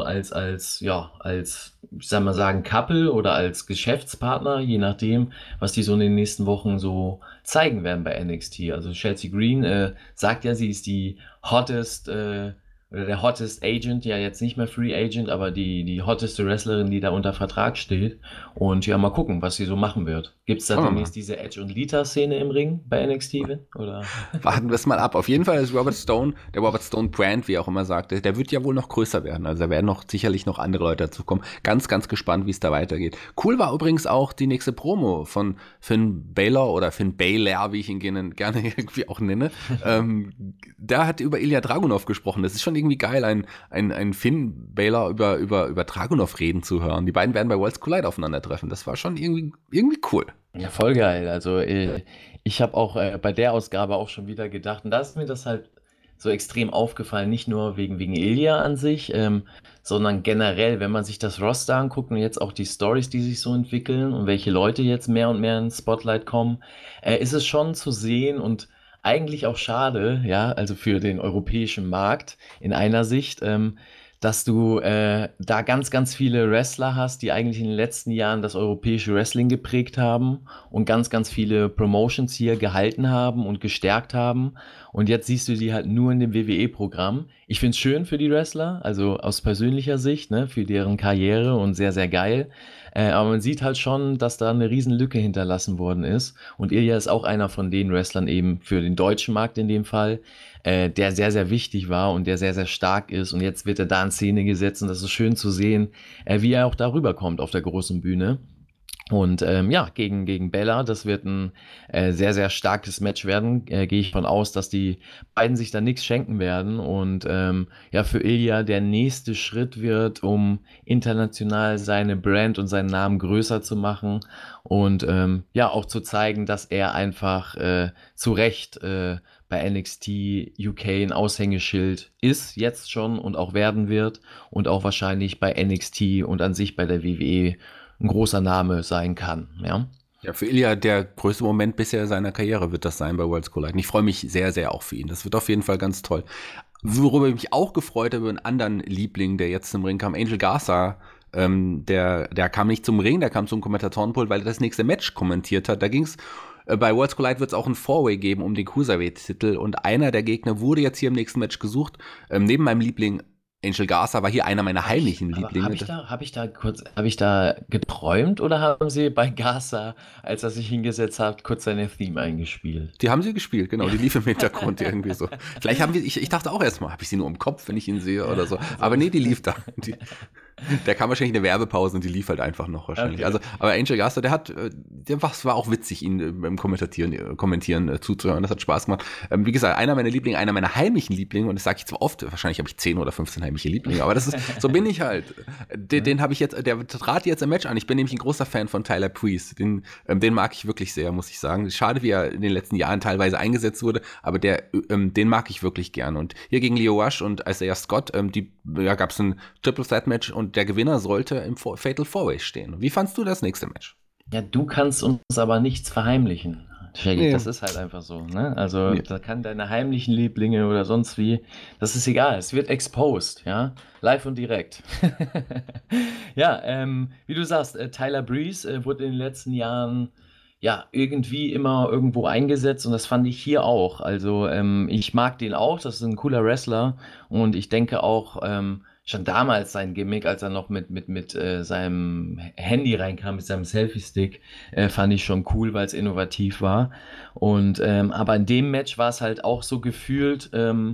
ich sag mal sagen, Couple oder als Geschäftspartner, je nachdem, was die so in den nächsten Wochen so zeigen werden bei NXT. Also Chelsea Green sagt ja, sie ist die hottest oder der hottest Agent, ja jetzt nicht mehr Free Agent, aber die hotteste Wrestlerin, die da unter Vertrag steht. Und ja, mal gucken, was sie so machen wird. Gibt es da Schauen wir mal. demnächst diese Edge- und Lita-Szene im Ring bei NXT, Vin? Oder? Warten wir es mal ab. Auf jeden Fall ist Robert Stone, der Robert Stone Brand, wie er auch immer sagte, der wird ja wohl noch größer werden. Also da werden noch sicherlich noch andere Leute dazukommen. Ganz, ganz gespannt, wie es da weitergeht. Cool war übrigens auch die nächste Promo von Finn Balor oder Finn Balor, wie ich ihn gerne irgendwie auch nenne. Da hat über Ilya Dragunov gesprochen. Das ist schon irgendwie geil, ein Finn Balor über Dragunov reden zu hören. Die beiden werden bei Worlds Collide aufeinandertreffen. Das war schon irgendwie cool. Ja, voll geil. Also ich habe auch bei der Ausgabe auch schon wieder gedacht, und da ist mir das halt so extrem aufgefallen, nicht nur wegen Ilya an sich, sondern generell, wenn man sich das Roster anguckt und jetzt auch die Stories, die sich so entwickeln und welche Leute jetzt mehr und mehr ins Spotlight kommen, ist es schon zu sehen und eigentlich auch schade, ja, also für den europäischen Markt in einer Sicht, dass du da ganz, ganz viele Wrestler hast, die eigentlich in den letzten Jahren das europäische Wrestling geprägt haben und ganz, ganz viele Promotions hier gehalten haben und gestärkt haben. Und jetzt siehst du die halt nur in dem WWE-Programm. Ich finde es schön für die Wrestler, also aus persönlicher Sicht, ne, für deren Karriere und sehr, sehr geil. Aber man sieht halt schon, dass da eine riesen Lücke hinterlassen worden ist. Und Ilya ist auch einer von den Wrestlern eben für den deutschen Markt in dem Fall, der sehr, sehr wichtig war und der sehr, sehr stark ist. Und jetzt wird er da in Szene gesetzt und das ist schön zu sehen, wie er auch darüber kommt auf der großen Bühne. Und ja, gegen Bella, das wird ein sehr, sehr starkes Match werden. Gehe ich von aus, dass die beiden sich da nichts schenken werden. Und ja, für Ilya der nächste Schritt wird, um international seine Brand und seinen Namen größer zu machen. Und ja, auch zu zeigen, dass er einfach zu Recht bei NXT UK ein Aushängeschild ist, jetzt schon und auch werden wird. Und auch wahrscheinlich bei NXT und an sich bei der WWE ein großer Name sein kann, ja. Ja, für Ilya der größte Moment bisher seiner Karriere wird das sein bei Worlds Collide. Und ich freue mich sehr, sehr auch für ihn. Das wird auf jeden Fall ganz toll. Worüber ich mich auch gefreut habe, über einen anderen Liebling, der jetzt im Ring kam, Angel Garza. Der kam nicht zum Ring, der kam zum Kommentatorenpult, weil er das nächste Match kommentiert hat. Da ging's bei Worlds Collide wird es auch ein Four-Way geben um den Cruiserweight-Titel. Und einer der Gegner wurde jetzt hier im nächsten Match gesucht. Neben meinem Liebling Angel Garza war hier einer meiner heimlichen Aber Lieblinge. habe ich da geträumt oder haben sie bei Gaza, als er sich hingesetzt hat, kurz seine Theme eingespielt? Die haben sie gespielt, genau, die lief im Hintergrund irgendwie so. Vielleicht haben wir, ich dachte auch erstmal, habe ich sie nur im Kopf, wenn ich ihn sehe oder so. Aber nee, die lief da. Der kam wahrscheinlich eine Werbepause und die lief halt einfach noch wahrscheinlich. Okay. Also, aber Angel Garza, war auch witzig, ihn beim Kommentieren zuzuhören. Das hat Spaß gemacht. Wie gesagt, einer meiner Lieblinge, einer meiner heimlichen Lieblinge, und das sage ich zwar oft, wahrscheinlich habe ich 10 oder 15 heimliche Lieblinge, aber das ist, so bin ich halt. Den habe ich jetzt, der trat jetzt im Match an. Ich bin nämlich ein großer Fan von Tyler Breeze. Den mag ich wirklich sehr, muss ich sagen. Schade, wie er in den letzten Jahren teilweise eingesetzt wurde, aber den mag ich wirklich gern. Und hier gegen Leo Rush und Isaiah Scott, gab es ein Triple Threat Match und der Gewinner sollte im Fatal 4-Way stehen. Wie fandst du das nächste Match? Ja, du kannst uns aber nichts verheimlichen. Shaggy, Nee. das ist halt einfach so, ne? Also, Nee. da kann deine heimlichen Lieblinge oder sonst wie, das ist egal. Es wird exposed, ja? Live und direkt. Ja, wie du sagst, Tyler Breeze wurde in den letzten Jahren ja, irgendwie immer irgendwo eingesetzt und das fand ich hier auch. Also ich mag den auch, das ist ein cooler Wrestler und ich denke auch schon damals sein Gimmick, als er noch mit seinem Handy reinkam, mit seinem Selfie-Stick, fand ich schon cool, weil es innovativ war. Und aber in dem Match war es halt auch so gefühlt,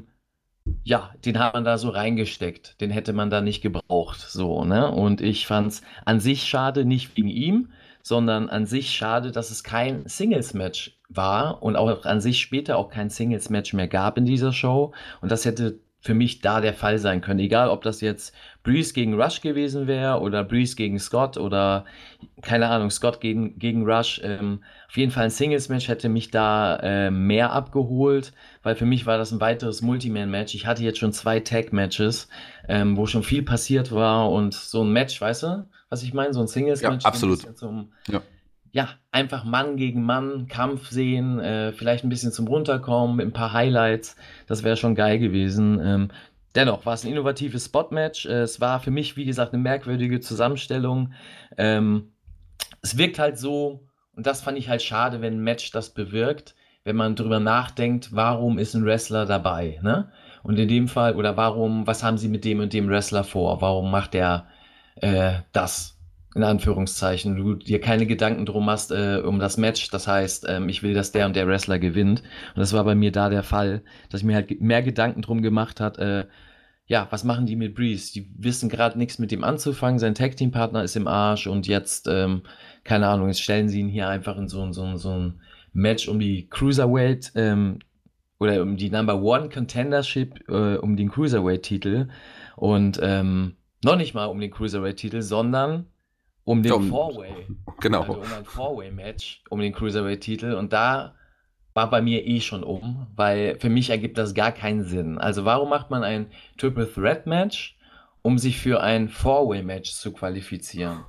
ja, den hat man da so reingesteckt. Den hätte man da nicht gebraucht, so, ne? Und ich fand's an sich schade, nicht wegen ihm, sondern an sich schade, dass es kein Singles-Match war und auch an sich später auch kein Singles-Match mehr gab in dieser Show. Und das hätte für mich da der Fall sein können. Egal, ob das jetzt Breeze gegen Rush gewesen wäre oder Breeze gegen Scott oder keine Ahnung, Scott gegen Rush. Auf jeden Fall ein Singles-Match hätte mich da mehr abgeholt, weil für mich war das ein weiteres Multiman-Match. Ich hatte jetzt schon 2 Tag-Matches, wo schon viel passiert war und so ein Match, weißt du, was ich meine? So ein Ja, Singles-Match, so ein absolut. bisschen zum, Ja. ja, einfach Mann gegen Mann, Kampf sehen, vielleicht ein bisschen zum Runterkommen mit ein paar Highlights. Das wäre schon geil gewesen. Dennoch war es ein innovatives Spot-Match. Es war für mich, wie gesagt, eine merkwürdige Zusammenstellung. Ähm, Es wirkt halt so, und das fand ich halt schade, wenn ein Match das bewirkt, wenn man drüber nachdenkt, warum ist ein Wrestler dabei, ne? Und in dem Fall, oder warum, was haben sie mit dem und dem Wrestler vor? Warum macht er das? In Anführungszeichen, du dir keine Gedanken drum machst um das Match. Das heißt, ich will, dass der und der Wrestler gewinnt. Und das war bei mir da der Fall, dass ich mir halt mehr Gedanken drum gemacht hat, ja, was machen die mit Breeze? Die wissen gerade nichts mit dem anzufangen. Sein Tag-Team-Partner ist im Arsch und jetzt, keine Ahnung, jetzt stellen sie ihn hier einfach in so ein Match um die Cruiserweight oder um die Number One Contendership, um den Cruiserweight-Titel und noch nicht mal um den Cruiserweight-Titel, sondern um den Four-Way. Genau. Also um ein Four-Way-Match um den Cruiserweight-Titel und da war bei mir eh schon weil für mich ergibt das gar keinen Sinn. Also warum macht man ein Triple Threat Match, um sich für ein Four-Way Match zu qualifizieren?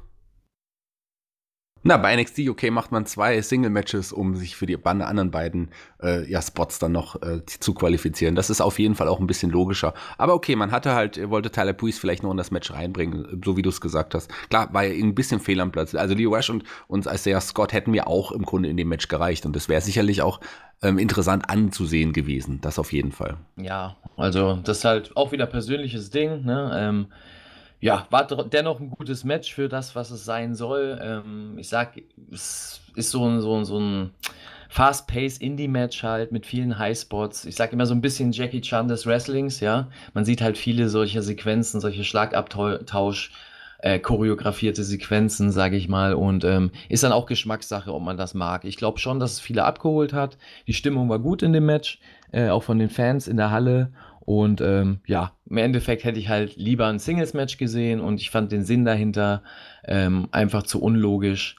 Na, bei NXT UK macht man 2 Single-Matches, um sich für die anderen beiden Spots dann noch zu qualifizieren. Das ist auf jeden Fall auch ein bisschen logischer. Aber okay, wollte Tyler Breeze vielleicht noch in das Match reinbringen, so wie du es gesagt hast. Klar, war ja ein bisschen fehl am Platz. Also Lio Rush und Isaiah Scott hätten mir auch im Grunde in dem Match gereicht. Und das wäre sicherlich auch interessant anzusehen gewesen. Das auf jeden Fall. Ja, also das ist halt auch wieder persönliches Ding, ne? Ja, war dennoch ein gutes Match für das, was es sein soll. Ich sag, es ist so ein Fast-Paced Indie-Match halt mit vielen Highspots. Ich sag immer so ein bisschen Jackie Chan des Wrestlings, ja. Man sieht halt viele solcher Sequenzen, solche Schlagabtausch, choreografierte Sequenzen, sage ich mal. Und ist dann auch Geschmackssache, ob man das mag. Ich glaube schon, dass es viele abgeholt hat. Die Stimmung war gut in dem Match, auch von den Fans in der Halle. Und ja, im Endeffekt hätte ich halt lieber ein Singles-Match gesehen und ich fand den Sinn dahinter einfach zu unlogisch.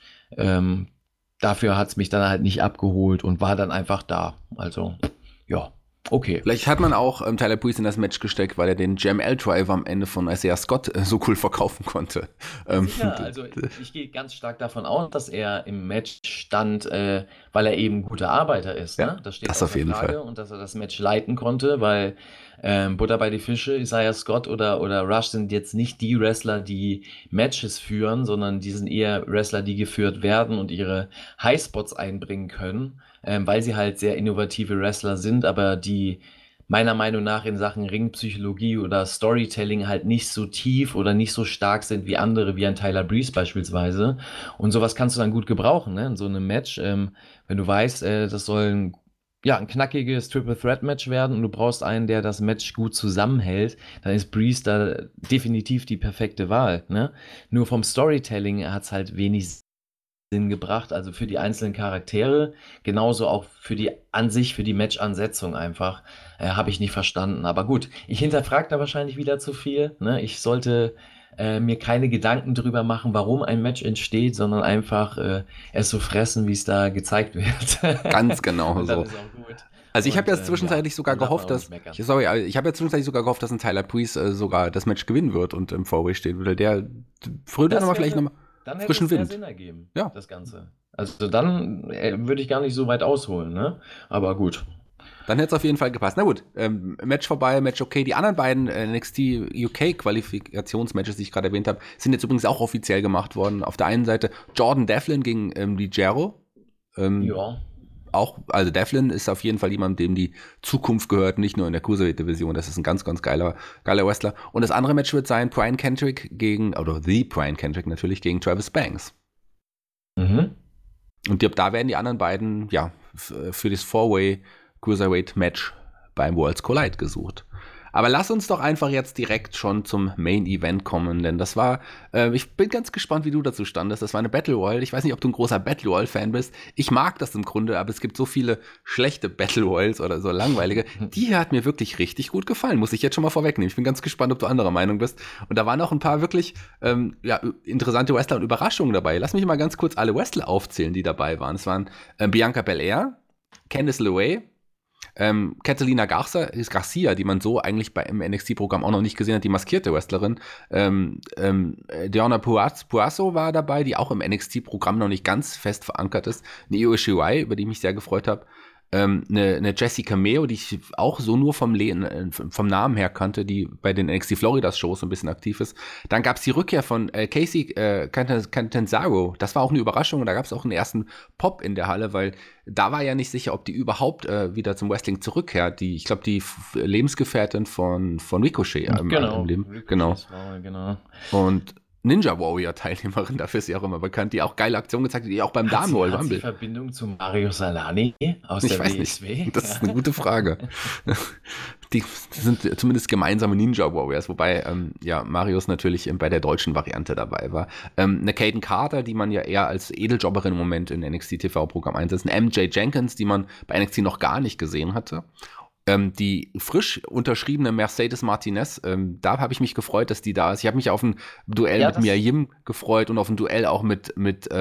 Dafür hat es mich dann halt nicht abgeholt und war dann einfach da. Also, ja, okay. Vielleicht hat man auch Tyler Breeze in das Match gesteckt, weil er den JML-Driver am Ende von Isaiah Scott so cool verkaufen konnte. Sicher, also ich gehe ganz stark davon aus, dass er im Match stand, weil er eben ein guter Arbeiter ist. Ja, Ne? Das steht das außer auf jeden Frage. Fall. Und dass er das Match leiten konnte, weil Butter bei die Fische, Isaiah Scott oder Rush sind jetzt nicht die Wrestler, die Matches führen, sondern die sind eher Wrestler, die geführt werden und ihre Highspots einbringen können, weil sie halt sehr innovative Wrestler sind, aber die meiner Meinung nach in Sachen Ringpsychologie oder Storytelling halt nicht so tief oder nicht so stark sind wie andere, wie ein Tyler Breeze beispielsweise. Und sowas kannst du dann gut gebrauchen, ne? In so einem Match. Wenn du weißt, das soll ein knackiges Triple Threat Match werden und du brauchst einen, der das Match gut zusammenhält, dann ist Breeze da definitiv die perfekte Wahl, ne? Nur vom Storytelling hat es halt wenig Sinn gebracht, also für die einzelnen Charaktere, genauso auch für die Match-Ansetzung einfach, habe ich nicht verstanden. Aber gut, ich hinterfrage da wahrscheinlich wieder zu viel, ne? Ich sollte mir keine Gedanken drüber machen, warum ein Match entsteht, sondern einfach es so fressen, wie es da gezeigt wird. Ganz genau Und dann so. ist auch gut. Also ich Und habe ja zwischenzeitlich sogar dann darf man gehofft, auch dass nicht meckern. ich habe ja zwischenzeitlich sogar gehofft, dass ein Tyler Breeze sogar das Match gewinnen wird und im VW stehen würde. Der früher Das nochmal vielleicht hätte, nochmal dann hätte frischen es mehr Wind. Sinn ergeben, Ja. das Ganze. Also dann würde ich gar nicht so weit ausholen, ne? Aber gut. Dann hätte es auf jeden Fall gepasst. Na gut, Match vorbei, Match okay. Die anderen beiden NXT UK Qualifikationsmatches, die ich gerade erwähnt habe, sind jetzt übrigens auch offiziell gemacht worden. Auf der einen Seite Jordan Devlin gegen Ligero. Ja. Auch, also Devlin ist auf jeden Fall jemand, dem die Zukunft gehört, nicht nur in der Cruiserweight-Division. Das ist ein ganz, ganz geiler Wrestler. Und das andere Match wird sein Brian Kendrick The Brian Kendrick natürlich, gegen Travis Banks. Mhm. Und da werden die anderen beiden, ja, für das Four-Way Cruiserweight-Match beim Worlds Collide gesucht. Aber lass uns doch einfach jetzt direkt schon zum Main Event kommen, denn das war, ich bin ganz gespannt, wie du dazu standest. Das war eine Battle Royale. Ich weiß nicht, ob du ein großer Battle Royale-Fan bist. Ich mag das im Grunde, aber es gibt so viele schlechte Battle Royals oder so langweilige. Die hier hat mir wirklich richtig gut gefallen, muss ich jetzt schon mal vorwegnehmen. Ich bin ganz gespannt, ob du anderer Meinung bist. Und da waren auch ein paar wirklich interessante Wrestler und Überraschungen dabei. Lass mich mal ganz kurz alle Wrestler aufzählen, die dabei waren. Es waren Bianca Belair, Candice LeRae, Catalina Garcia, die man so eigentlich im NXT-Programm auch noch nicht gesehen hat, die maskierte Wrestlerin. Deonna Purrazzo war dabei, die auch im NXT-Programm noch nicht ganz fest verankert ist. Eine Io Shirai, über die ich mich sehr gefreut habe. Eine Jessica Meo, die ich auch so nur vom Namen her kannte, die bei den NXT Floridas Shows so ein bisschen aktiv ist. Dann gab es die Rückkehr von Casey Catanzaro. Das war auch eine Überraschung und da gab es auch einen ersten Pop in der Halle, weil da war ja nicht sicher, ob die überhaupt wieder zum Wrestling zurückkehrt. Ich glaube, die Lebensgefährtin von Ricochet im Leben. Genau. Und Ninja Warrior Teilnehmerin, dafür ist sie auch immer bekannt, die auch geile Aktionen gezeigt hat, die auch beim Damen Royal Rumble. Hat sie Verbindung zu Mario Salani aus der WXW? Nicht. Das ist eine gute Frage. Die sind zumindest gemeinsame Ninja Warriors, wobei Marius natürlich bei der deutschen Variante dabei war. Eine Kaden Carter, die man ja eher als Edeljobberin im Moment in NXT TV-Programm einsetzt. Eine MJ Jenkins, die man bei NXT noch gar nicht gesehen hatte. Die frisch unterschriebene Mercedes Martinez, da habe ich mich gefreut, dass die da ist. Ich habe mich auf ein Duell mit Mia Yim gefreut und auf ein Duell auch mit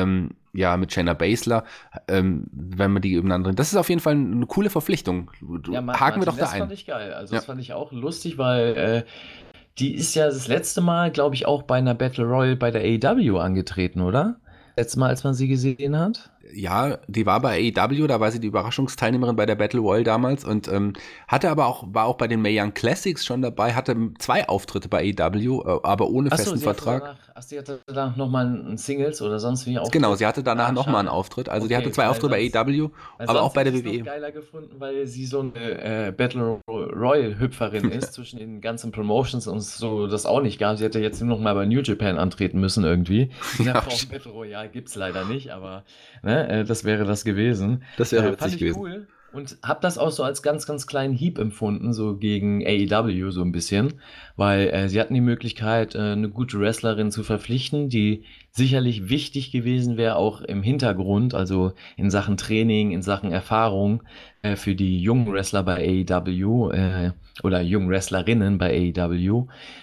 Shayna Baszler, wenn man die übereinander. Das ist auf jeden Fall eine coole Verpflichtung. Haken wir doch da ein. Das fand ich geil. Also das fand ich auch lustig, weil die ist ja das letzte Mal, glaube ich, auch bei einer Battle Royale bei der AEW angetreten, oder? Letztes Mal, als man sie gesehen hat? Ja, die war bei AEW, da war sie die Überraschungsteilnehmerin bei der Battle Royale damals und war auch bei den Mae Young Classics schon dabei, hatte 2 Auftritte bei AEW, aber ohne festen Vertrag. Sie hatte danach nochmal einen Singles oder sonst wie Auftritt? Genau, sie hatte danach nochmal einen Auftritt. Also die hatte 2 Auftritte bei AEW, aber auch bei der WWE. Ich habe geiler gefunden, weil sie so eine Battle Royale-Hüpferin ist zwischen den ganzen Promotions und so das auch nicht gab. Sie hätte jetzt nur noch mal bei New Japan antreten müssen irgendwie. Battle Royale gibt es leider nicht, aber das wäre das gewesen. Das wäre witzig gewesen. Cool. Und habe das auch so als ganz, ganz kleinen Hieb empfunden, so gegen AEW so ein bisschen, weil sie hatten die Möglichkeit, eine gute Wrestlerin zu verpflichten, die sicherlich wichtig gewesen wäre, auch im Hintergrund, also in Sachen Training, in Sachen Erfahrung für die jungen Wrestler bei AEW oder jungen Wrestlerinnen bei AEW.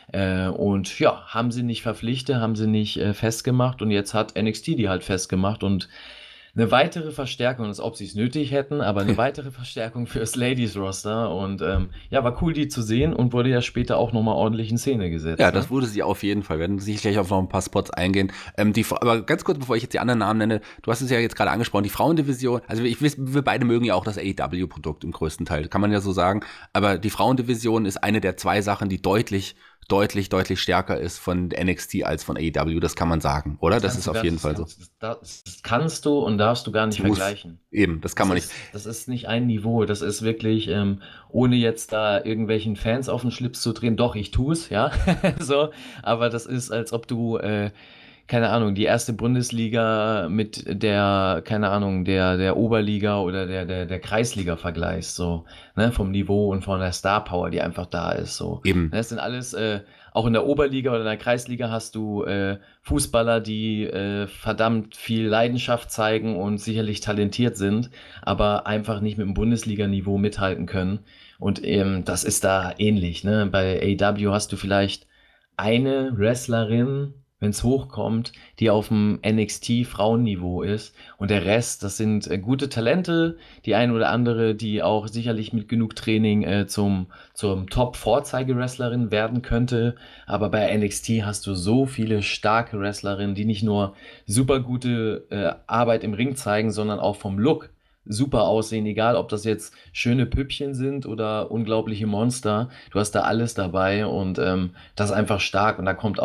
Und ja, haben sie nicht verpflichtet, haben sie nicht festgemacht und jetzt hat NXT die halt festgemacht und eine weitere Verstärkung, als ob sie es nötig hätten, aber eine weitere Verstärkung fürs Ladies-Roster und war cool, die zu sehen und wurde ja später auch nochmal ordentlich in Szene gesetzt. Ja, das wurde sie auf jeden Fall. Wir werden sicher gleich auf noch ein paar Spots eingehen. Aber ganz kurz, bevor ich jetzt die anderen Namen nenne, du hast es ja jetzt gerade angesprochen, die Frauendivision, also wir beide mögen ja auch das AEW-Produkt im größten Teil, kann man ja so sagen, aber die Frauendivision ist eine der 2 Sachen, die deutlich stärker ist von NXT als von AEW, das kann man sagen, oder? Das ist auf jeden Fall so. Das kannst du und darfst du gar nicht vergleichen. Eben, das kann man nicht. Das ist nicht ein Niveau, das ist wirklich, ohne jetzt da irgendwelchen Fans auf den Schlips zu drehen, doch, ich tue es, ja, so, aber das ist, als ob du, keine Ahnung, die erste Bundesliga mit der, keine Ahnung, der Oberliga oder der Kreisliga vergleichst, so, ne, vom Niveau und von der Star Power, die einfach da ist, so. Eben. Das sind alles, auch in der Oberliga oder in der Kreisliga hast du Fußballer, die verdammt viel Leidenschaft zeigen und sicherlich talentiert sind, aber einfach nicht mit dem Bundesliga-Niveau mithalten können. Und das ist da ähnlich, ne? Bei AEW hast du vielleicht eine Wrestlerin, wenn es hochkommt, die auf dem NXT-Frauenniveau ist. Und der Rest, das sind gute Talente, die ein oder andere, die auch sicherlich mit genug Training zum Top-Vorzeige-Wrestlerin werden könnte. Aber bei NXT hast du so viele starke Wrestlerinnen, die nicht nur super gute Arbeit im Ring zeigen, sondern auch vom Look super aussehen, egal ob das jetzt schöne Püppchen sind oder unglaubliche Monster. Du hast da alles dabei und das ist einfach stark. Und da kommt auch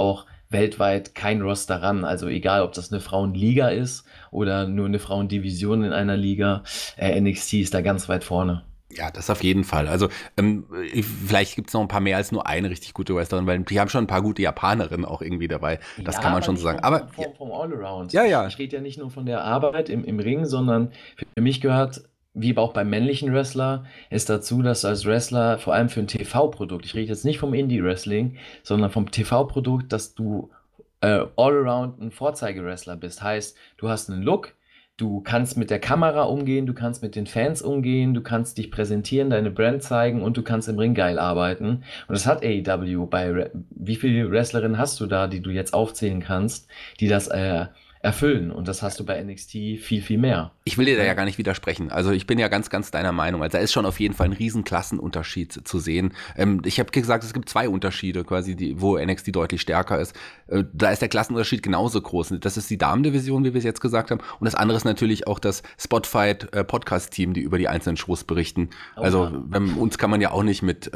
weltweit kein Roster ran. Also egal, ob das eine Frauenliga ist oder nur eine Frauendivision in einer Liga, NXT ist da ganz weit vorne. Ja, das auf jeden Fall. Also vielleicht gibt es noch ein paar mehr als nur eine richtig gute Wrestlerin, weil die haben schon ein paar gute Japanerinnen auch irgendwie dabei. Das Ja, kann man aber schon so nicht sagen. Aber vom Allround. ja, Ich, ja, ich rede ja nicht nur von der Arbeit im Ring, sondern für mich gehört, wie auch beim männlichen Wrestler, ist dazu, dass du als Wrestler vor allem für ein TV-Produkt, ich rede jetzt nicht vom Indie-Wrestling, sondern vom TV-Produkt, dass du all-around ein Vorzeige-Wrestler bist. Heißt, du hast einen Look, du kannst mit der Kamera umgehen, du kannst mit den Fans umgehen, du kannst dich präsentieren, deine Brand zeigen und du kannst im Ring geil arbeiten. Und das hat AEW wie viele Wrestlerinnen hast du da, die du jetzt aufzählen kannst, die das erfüllen? Und das hast du bei NXT viel, viel mehr. ich will dir da ja Ja. gar nicht widersprechen. Also ich bin ja ganz, ganz deiner Meinung. Also da ist schon auf jeden Fall ein riesen Klassenunterschied zu sehen. Ich habe gesagt, es gibt zwei Unterschiede quasi, wo NXT deutlich stärker ist. Da ist der Klassenunterschied genauso groß. Das ist die Damendivision, wie wir es jetzt gesagt haben. Und das andere ist natürlich auch das Spotfight-Podcast-Team, die über die einzelnen Shows berichten. Oh Also ja. uns kann man ja auch nicht mit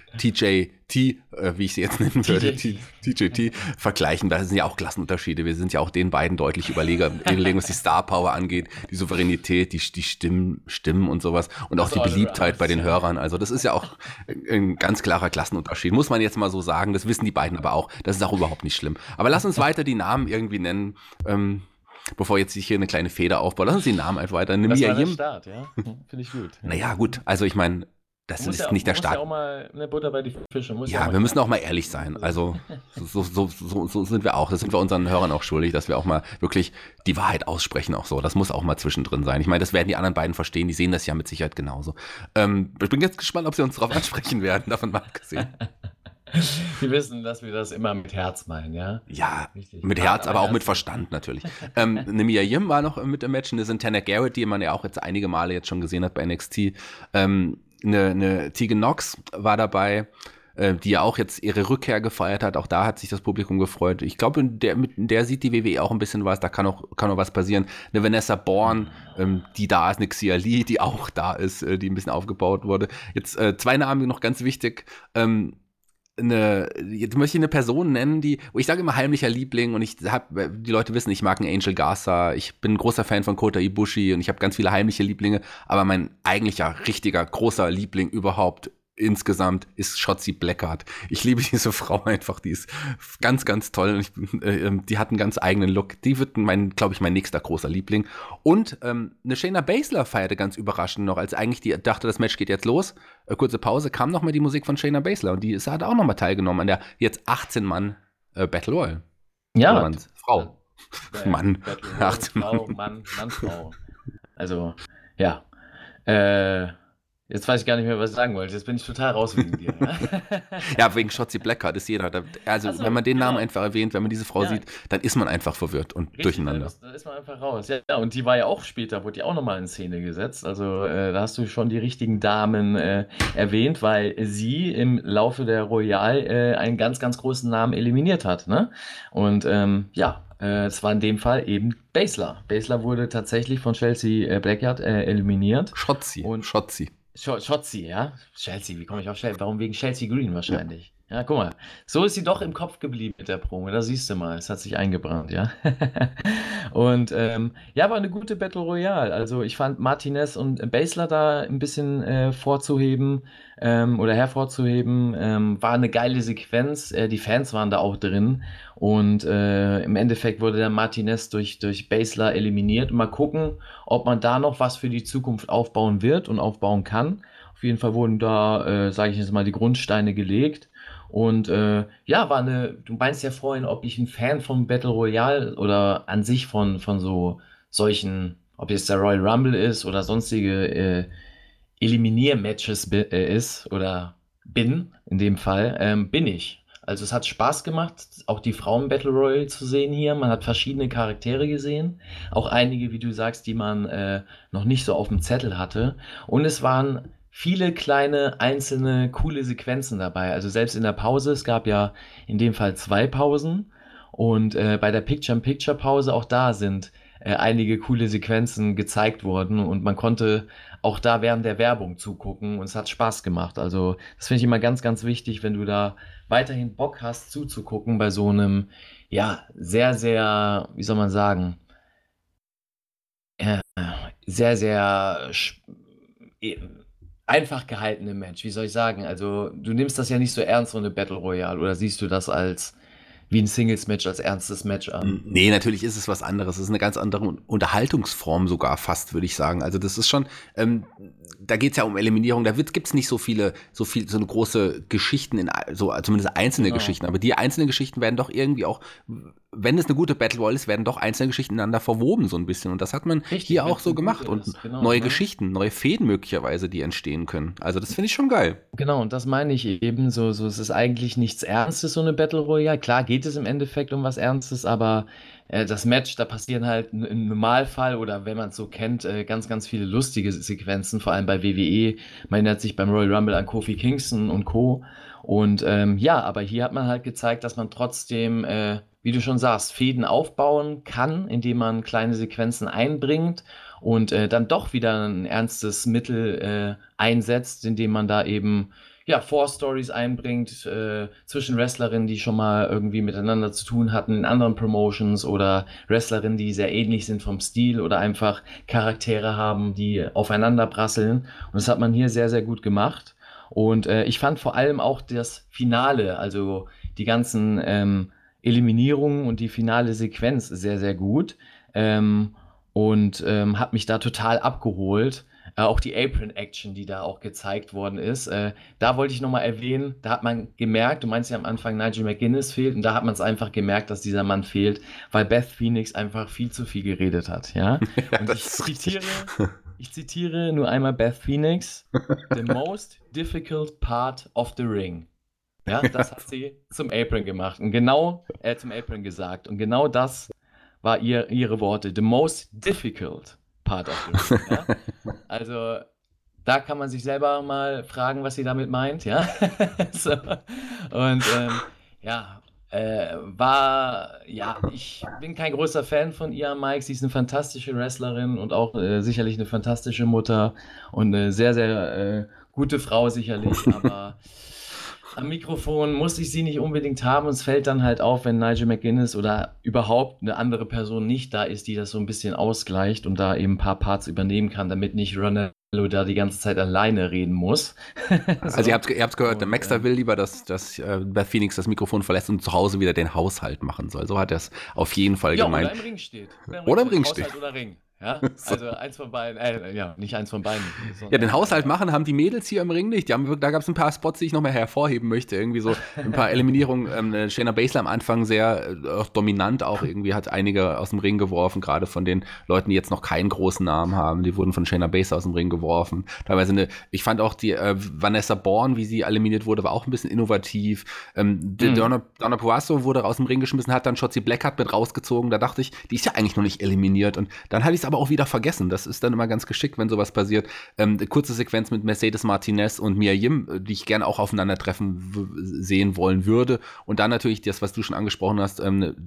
TJT, wie ich sie jetzt nennen würde, TJT. TJT, vergleichen. Da sind ja auch Klassenunterschiede. Wir sind ja auch den beiden deutlich überlegen, was die Star Power angeht, die Souveränität, die Stimmen und sowas und auch Das die Beliebtheit Allround, bei den ja. Hörern. Also das ist ja auch ein ganz klarer Klassenunterschied. Muss man jetzt mal so sagen. Das wissen die beiden aber auch. Das ist auch überhaupt nicht schlimm. Aber lass uns weiter die Namen irgendwie nennen. Bevor jetzt sich hier eine kleine Feder aufbaut, lass uns die Namen einfach weiter. Das Mia war der Yim. Start, ja. Finde ich gut. Ja. Naja, gut. Also ich meine, das Man muss ist ja, nicht der man muss ja Start. auch mal eine Butter bei die Fische. Muss ja auch Ja, mal wir müssen auch mal klar ehrlich sein. Also so sind wir auch. Das sind wir unseren Hörern auch schuldig, dass wir auch mal wirklich die Wahrheit aussprechen auch so. Das muss auch mal zwischendrin sein. Ich meine, das werden die anderen beiden verstehen. Die sehen das ja mit Sicherheit genauso. Ich bin jetzt gespannt, ob sie uns darauf ansprechen werden, davon mal abgesehen. Die wissen, dass wir das immer mit Herz meinen, ja? Ja, Richtig. mit Hart, Herz, aber auch mit herzlich. Verstand natürlich. Eine Mia Yim war noch mit im Match. Eine Santana Garrett, die man ja auch jetzt einige Male jetzt schon gesehen hat bei NXT. Eine Tegan Nox war dabei, die ja auch jetzt ihre Rückkehr gefeiert hat. Auch da hat sich das Publikum gefreut. Ich glaube, mit der sieht die WWE auch ein bisschen was. Da kann auch was passieren. Eine Vanessa Bourne, die da ist. Eine Xia Li, die auch da ist, die ein bisschen aufgebaut wurde. Jetzt zwei Namen noch ganz wichtig. Jetzt möchte ich eine Person nennen, wo ich sage immer heimlicher Liebling und die Leute wissen, ich mag einen Angel Garza, ich bin ein großer Fan von Kota Ibushi und ich habe ganz viele heimliche Lieblinge, aber mein eigentlicher, richtiger, großer Liebling überhaupt insgesamt ist Shotzi Blackheart. Ich liebe diese Frau einfach, die ist ganz, ganz toll und die hat einen ganz eigenen Look. Die wird, glaube ich, mein nächster großer Liebling. Und eine Shayna Baszler feierte ganz überraschend noch, als eigentlich die dachte, das Match geht jetzt los. Kurze Pause, kam noch mal die Musik von Shayna Baszler und die hat auch noch mal teilgenommen an der jetzt 18-Mann Battle Royale. Oder Ja, Manns? Frau. Mann. Battle Royale, 18 Frau, Mann. Mann, Frau. Also, ja. Jetzt weiß ich gar nicht mehr, was ich sagen wollte. Jetzt bin ich total raus wegen dir. Ja, wegen Shotzi Blackheart ist jeder. Also, Ach so, wenn man den Namen genau. einfach erwähnt, wenn man diese Frau Ja. sieht, dann ist man einfach verwirrt und Richtig, durcheinander. da ist man einfach raus. Ja, und die war ja auch später, wurde die auch nochmal in Szene gesetzt. Also da hast du schon die richtigen Damen erwähnt, weil sie im Laufe der Royal einen ganz, ganz großen Namen eliminiert hat. Ne? Und es war in dem Fall eben Baszler. Baszler wurde tatsächlich von Chelsea Blackheart eliminiert. Shotzi. Und Shotzi. Shotzi, ja? Chelsea, wie komme ich auf Chelsea? Warum wegen Chelsea Green wahrscheinlich? Ja, guck mal. So ist sie doch im Kopf geblieben mit der Promo. Da siehst du mal, es hat sich eingebrannt, ja. Und war eine gute Battle Royale. Also ich fand Martinez und Baszler da ein bisschen vorzuheben oder hervorzuheben. War eine geile Sequenz. Die Fans waren da auch drin. Und im Endeffekt wurde der Martinez durch Baszler eliminiert. Mal gucken, ob man da noch was für die Zukunft aufbauen wird und aufbauen kann. Auf jeden Fall wurden da, sage ich jetzt mal, die Grundsteine gelegt. Und du meinst ja vorhin, ob ich ein Fan von Battle Royale oder an sich von so solchen, ob jetzt der Royal Rumble ist oder sonstige Eliminier-Matches ist oder bin, in dem Fall, bin ich. Also es hat Spaß gemacht, auch die Frauen-Battle Royale zu sehen hier. Man hat verschiedene Charaktere gesehen, auch einige, wie du sagst, die man noch nicht so auf dem Zettel hatte. Und es waren viele kleine, einzelne, coole Sequenzen dabei. Also selbst in der Pause, es gab ja in dem Fall 2 Pausen. Und bei der Picture-in-Picture-Pause auch da sind einige coole Sequenzen gezeigt worden. Und man konnte auch da während der Werbung zugucken. Und es hat Spaß gemacht. Also das finde ich immer ganz, ganz wichtig, wenn du da weiterhin Bock hast zuzugucken bei so einem ja, sehr, sehr, wie soll man sagen, äh, sehr, sehr eh, einfach gehaltene Match. Wie soll ich sagen? Also, du nimmst das ja nicht so ernst, so eine Battle Royale, oder siehst du das als wie ein Singles-Match, als ernstes Match an? Nee, natürlich ist es was anderes. Es ist eine ganz andere Unterhaltungsform sogar fast, würde ich sagen. Also das ist schon, da geht's ja um Eliminierung. Da gibt's nicht so eine große Geschichten so zumindest einzelne Genau. Geschichten. Aber die einzelnen Geschichten werden doch irgendwie auch, wenn es eine gute Battle Royale ist, werden doch einzelne Geschichten ineinander verwoben so ein bisschen. Und das hat man Richtig, hier wenn auch es so eine gemacht gute und ist, genau, neue ne? Geschichten, neue Fäden möglicherweise, die entstehen können. Also das finde ich schon geil. Genau, und das meine ich eben so, es ist eigentlich nichts Ernstes, so eine Battle Royale. Klar geht es im Endeffekt um was Ernstes, aber das Match, da passieren halt im Normalfall oder wenn man es so kennt, ganz, ganz viele lustige Sequenzen, vor allem bei WWE. Man erinnert sich beim Royal Rumble an Kofi Kingston und Co. Und ja, aber hier hat man halt gezeigt, dass man trotzdem, wie du schon sagst, Fäden aufbauen kann, indem man kleine Sequenzen einbringt und dann doch wieder ein ernstes Mittel einsetzt, indem man da eben ja, Vorstories einbringt zwischen Wrestlerinnen, die schon mal irgendwie miteinander zu tun hatten in anderen Promotions oder Wrestlerinnen, die sehr ähnlich sind vom Stil oder einfach Charaktere haben, die aufeinander prasseln. Und das hat man hier sehr, sehr gut gemacht. Und ich fand vor allem auch das Finale, also die ganzen Eliminierungen und die finale Sequenz sehr, sehr gut. Ähm, und hat mich da total abgeholt. Auch die Apron-Action, die da auch gezeigt worden ist. Da wollte ich nochmal erwähnen, da hat man gemerkt, du meinst ja am Anfang, Nigel McGuinness fehlt, und da hat man es einfach gemerkt, dass dieser Mann fehlt, weil Beth Phoenix einfach viel zu viel geredet hat, ja. Ja, Und das ist richtig. ich zitiere nur einmal Beth Phoenix, the most difficult part of the ring. Ja, das hat sie zum Apron gemacht und genau, zum Apron gesagt. Und genau das war ihre Worte. The most difficult part of the ring. Ja? Also, da kann man sich selber mal fragen, was sie damit meint, ja. So. Und ja, ja, ich bin kein großer Fan von ihr, Mike. Sie ist eine fantastische Wrestlerin und auch sicherlich eine fantastische Mutter und eine sehr, sehr gute Frau sicherlich, aber am Mikrofon muss ich sie nicht unbedingt haben und es fällt dann halt auf, wenn Nigel McGuinness oder überhaupt eine andere Person nicht da ist, die das so ein bisschen ausgleicht und da eben ein paar Parts übernehmen kann, damit nicht Ronaldo da die ganze Zeit alleine reden muss. Also So. ihr habt's gehört, der Und Maxter will lieber, dass Beth Phoenix das Mikrofon verlässt und zu Hause wieder den Haushalt machen soll. So hat er es auf jeden Fall ja, gemeint. oder im Ring steht. Oder im Ring Oder im steht. Ring steht. Haushalt oder Ring. Ja, So. also eins von beiden, ja, nicht eins von beiden, Ja, den sondern Haushalt machen haben die Mädels hier im Ring nicht. Da gab es ein paar Spots, die ich noch mal hervorheben möchte. Irgendwie so ein paar Eliminierungen. Shayna Baszler am Anfang sehr auch dominant auch irgendwie, hat einige aus dem Ring geworfen, gerade von den Leuten, die jetzt noch keinen großen Namen haben. Die wurden von Shayna Baszler aus dem Ring geworfen. Teilweise ich fand auch die Vanessa Bourne, wie sie eliminiert wurde, war auch ein bisschen innovativ. mhm. Donna Purrazzo wurde aus dem Ring geschmissen, hat dann Shotzi Blackheart mit rausgezogen. Da dachte ich, die ist ja eigentlich noch nicht eliminiert. Und dann hatte ich es aber auch wieder vergessen. Das ist dann immer ganz geschickt, wenn sowas passiert. Kurze Sequenz mit Mercedes Martinez und Mia Yim, die ich gerne auch aufeinandertreffen sehen wollen würde. Und dann natürlich das, was du schon angesprochen hast,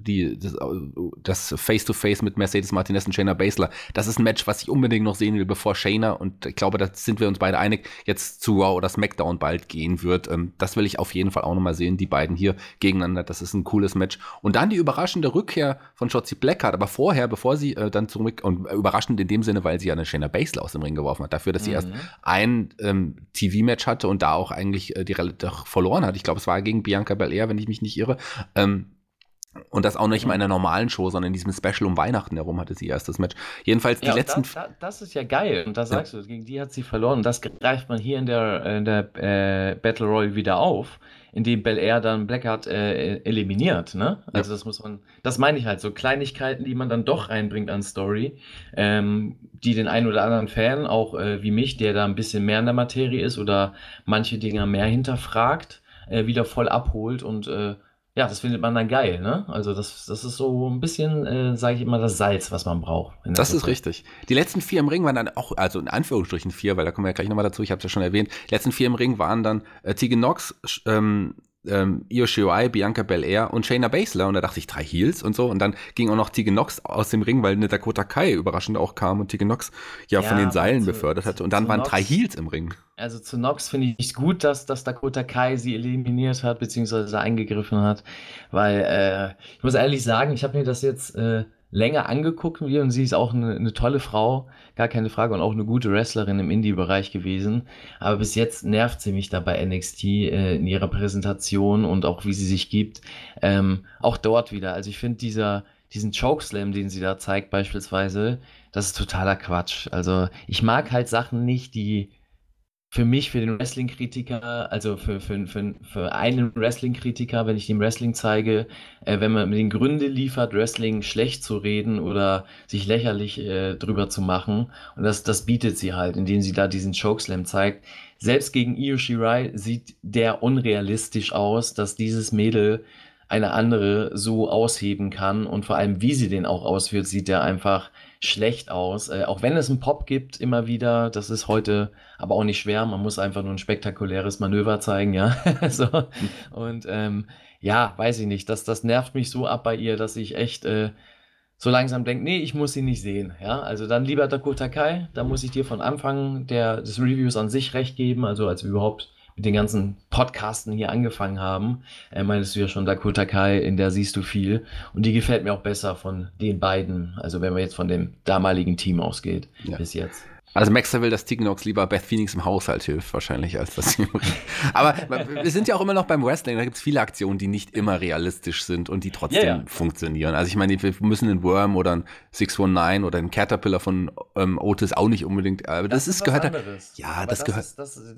das Face-to-Face mit Mercedes Martinez und Shayna Baszler. Das ist ein Match, was ich unbedingt noch sehen will, bevor Shayna, und ich glaube, da sind wir uns beide einig, jetzt zu Raw oder SmackDown bald gehen wird. Das will ich auf jeden Fall auch noch mal sehen, die beiden hier gegeneinander. Das ist ein cooles Match. Und dann die überraschende Rückkehr von Shotzi Blackheart, aber vorher, bevor sie dann zurück, und überraschend in dem Sinne, weil sie ja eine Shayna Baszler aus dem Ring geworfen hat, dafür, dass sie erst Mhm. ein TV-Match hatte und da auch eigentlich die relativ verloren hat. Ich glaube, es war gegen Bianca Belair, wenn ich mich nicht irre. Und das auch nicht mal in Genau. der normalen Show, sondern in diesem Special um Weihnachten herum hatte sie erst das Match. Jedenfalls die Ja, und letzten. das ist ja geil. Und da Ja. sagst du, gegen die hat sie verloren. Und das greift man hier in der Battle Royale wieder auf, indem Belair dann Blackheart eliminiert. Ne? Ja. Also das meine ich halt, so Kleinigkeiten, die man dann doch reinbringt an Story, die den einen oder anderen Fan, auch wie mich, der da ein bisschen mehr in der Materie ist oder manche Dinge mehr hinterfragt, wieder voll abholt und ja, das findet man dann geil, ne? Also das ist so ein bisschen, sage ich immer, das Salz, was man braucht in der Das ist Suppe. richtig. Die letzten 4 im Ring waren dann auch, also in Anführungsstrichen 4, weil da kommen wir ja gleich nochmal dazu, ich habe es ja schon erwähnt, die letzten 4 im Ring waren dann Tegan Nox, Io Shirai, Bianca Belair und Shayna Baszler und da dachte ich 3 Heels und so und dann ging auch noch Tegan Nox aus dem Ring, weil eine Dakota Kai überraschend auch kam und Tegan Nox ja von den Seilen befördert hatte und dann waren 3 Heels im Ring. Also zu Nox finde ich es gut, dass Dakota Kai sie eliminiert hat, beziehungsweise eingegriffen hat, weil ich muss ehrlich sagen, ich habe mir das jetzt länger angeguckt und sie ist auch eine tolle Frau, gar keine Frage und auch eine gute Wrestlerin im Indie-Bereich gewesen, aber bis jetzt nervt sie mich da bei NXT in ihrer Präsentation und auch wie sie sich gibt, auch dort wieder, also ich finde diesen Chokeslam, den sie da zeigt beispielsweise, das ist totaler Quatsch, also ich mag halt Sachen nicht, die für mich, für den Wrestling-Kritiker, also für einen Wrestling-Kritiker, wenn ich dem Wrestling zeige, wenn man mir den Gründe liefert, Wrestling schlecht zu reden oder sich lächerlich drüber zu machen. Und das bietet sie halt, indem sie da diesen Chokeslam zeigt. Selbst gegen Io Shirai sieht der unrealistisch aus, dass dieses Mädel eine andere so ausheben kann und vor allem, wie sie den auch ausführt, sieht der einfach schlecht aus. Auch wenn es einen Pop gibt, immer wieder, das ist heute aber auch nicht schwer, man muss einfach nur ein spektakuläres Manöver zeigen, ja. So. Und ja, weiß ich nicht, das nervt mich so ab bei ihr, dass ich echt so langsam denke, nee, ich muss sie nicht sehen, ja. Also dann lieber Dakota Kai, da muss ich dir von Anfang des Reviews an sich recht geben, also als wir überhaupt mit den ganzen Podcasten hier angefangen haben, meinst du ja schon Dakota Kai, in der siehst du viel. Und die gefällt mir auch besser von den beiden, also wenn man jetzt von dem damaligen Team ausgeht, bis jetzt. Also Maxer will, dass Tegan Nox lieber Beth Phoenix im Haushalt hilft, wahrscheinlich, als das hier. Aber wir sind ja auch immer noch beim Wrestling, da gibt es viele Aktionen, die nicht immer realistisch sind und die trotzdem funktionieren. Also ich meine, wir müssen einen Worm oder einen 619 oder einen Caterpillar von Otis auch nicht unbedingt, aber das ist gehört anderes. Ja, aber das gehört.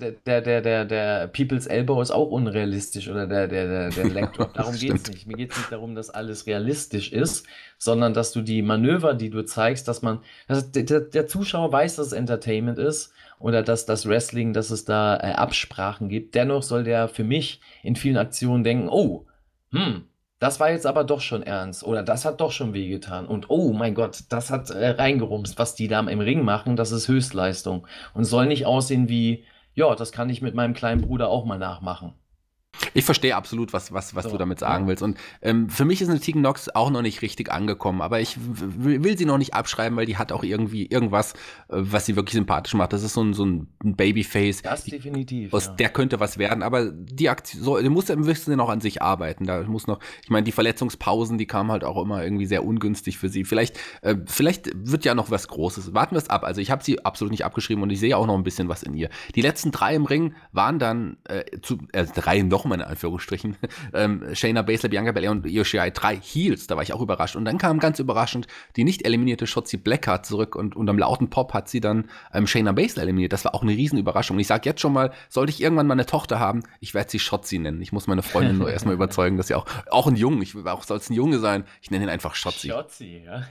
Der People's Elbow ist auch unrealistisch oder der Leg Drop. Darum geht es nicht. Mir geht es nicht darum, dass alles realistisch ist, sondern dass du die Manöver, die du zeigst, dass der Zuschauer weiß, dass es Entertainment ist oder dass das Wrestling, dass es da Absprachen gibt. Dennoch soll der für mich in vielen Aktionen denken, oh, das war jetzt aber doch schon ernst oder das hat doch schon wehgetan und oh mein Gott, das hat reingerumst, was die da im Ring machen, das ist Höchstleistung und soll nicht aussehen wie, ja, das kann ich mit meinem kleinen Bruder auch mal nachmachen. Ich verstehe absolut, was du damit sagen willst. Und für mich ist eine Tegan Nox auch noch nicht richtig angekommen. Aber ich will sie noch nicht abschreiben, weil die hat auch irgendwie irgendwas, was sie wirklich sympathisch macht. Das ist so ein Babyface. Das definitiv. Aus der könnte was werden. Aber die Aktion, die muss ja ein bisschen noch an sich arbeiten. Da muss noch, ich meine, die Verletzungspausen, die kamen halt auch immer irgendwie sehr ungünstig für sie. Vielleicht wird ja noch was Großes. Warten wir es ab. Also ich habe sie absolut nicht abgeschrieben und ich sehe auch noch ein bisschen was in ihr. Die letzten 3 im Ring waren dann 3 noch mal in Anführungsstrichen, Shayna Baszler, Bianca Belair und Io Shirai 3 Heels, da war ich auch überrascht. Und dann kam ganz überraschend die nicht eliminierte Shotzi Blackheart zurück und unterm lauten Pop hat sie dann Shayna Baszler eliminiert. Das war auch eine riesen Überraschung. Und ich sage jetzt schon mal, sollte ich irgendwann mal eine Tochter haben, ich werde sie Shotzi nennen. Ich muss meine Freundin nur erstmal überzeugen, dass sie auch ein Junge, soll es ein Junge sein, ich nenne ihn einfach Shotzi. Shotzi, ja.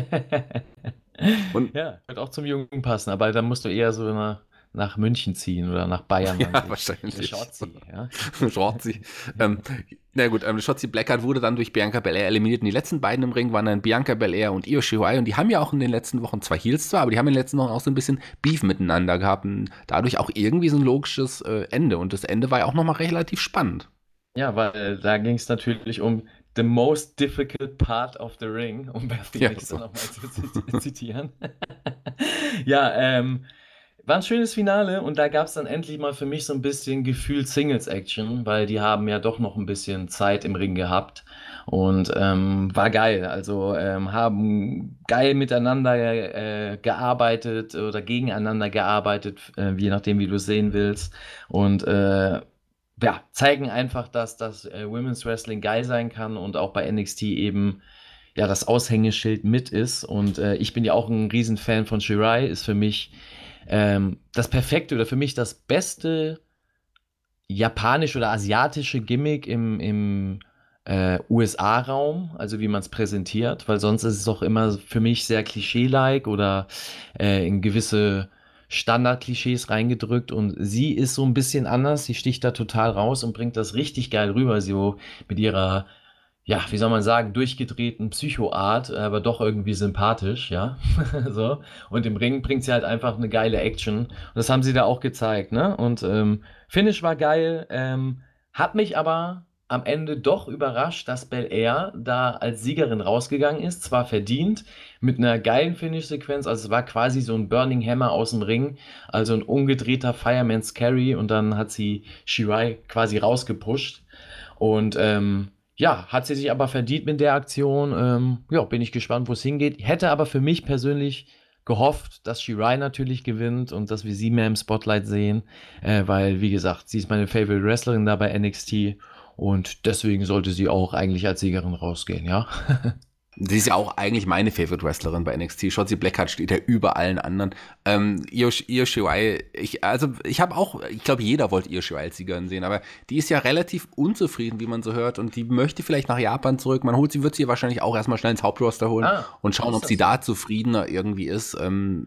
Und ja, wird auch zum Jungen passen, aber dann musst du eher so nach München ziehen oder nach Bayern. Ja, wahrscheinlich. Shotzi, ja. Shotzi. Na gut, Shotzi Blackheart wurde dann durch Bianca Belair eliminiert. Und die letzten beiden im Ring waren dann Bianca Belair und Io Shirai. Und die haben ja auch in den letzten Wochen 2 Heels zwar, aber die haben in den letzten Wochen auch so ein bisschen Beef miteinander gehabt. Und dadurch auch irgendwie so ein logisches Ende. Und das Ende war ja auch nochmal relativ spannend. Ja, weil da ging es natürlich um the most difficult part of the ring, um Beth Phoenix nochmal zu zitieren. Ja, war ein schönes Finale und da gab es dann endlich mal für mich so ein bisschen gefühlt Singles-Action, weil die haben ja doch noch ein bisschen Zeit im Ring gehabt und war geil. Also haben geil miteinander gearbeitet oder gegeneinander gearbeitet, je nachdem, wie du es sehen willst. Und zeigen einfach, dass das Women's Wrestling geil sein kann und auch bei NXT eben ja das Aushängeschild mit ist. Und ich bin ja auch ein Riesenfan von Shirai, ist für mich das perfekte oder für mich das beste japanische oder asiatische Gimmick im USA-Raum, also wie man es präsentiert, weil sonst ist es auch immer für mich sehr klischee-like oder in gewisse Standard-Klischees reingedrückt und sie ist so ein bisschen anders, sie sticht da total raus und bringt das richtig geil rüber, so mit ihrer, ja, wie soll man sagen, durchgedrehten Psycho-Art, aber doch irgendwie sympathisch, ja, so. Und im Ring bringt sie halt einfach eine geile Action. Und das haben sie da auch gezeigt, ne? Und Finish war geil, Hat mich aber am Ende doch überrascht, dass Belair da als Siegerin rausgegangen ist. Zwar verdient, mit einer geilen Finish-Sequenz, also es war quasi so ein Burning Hammer aus dem Ring, also ein umgedrehter Fireman's Carry und dann hat sie Shirai quasi rausgepusht. Und ja, hat sie sich aber verdient mit der Aktion. Ja, bin ich gespannt, wo es hingeht. Hätte aber für mich persönlich gehofft, dass Shirai natürlich gewinnt und dass wir sie mehr im Spotlight sehen, weil, wie gesagt, sie ist meine Favorite Wrestlerin da bei NXT und deswegen sollte sie auch eigentlich als Siegerin rausgehen, ja. Sie ist ja auch eigentlich meine Favorite Wrestlerin bei NXT. Shotzi Blackheart steht ja über allen anderen. Io Shirai, ich glaube, jeder wollte Io Shirai als Siegerin sehen, aber die ist ja relativ unzufrieden, wie man so hört, und die möchte vielleicht nach Japan zurück. Wird sie wahrscheinlich auch erstmal schnell ins Hauptroster holen und schauen, ob sie da zufriedener irgendwie ist.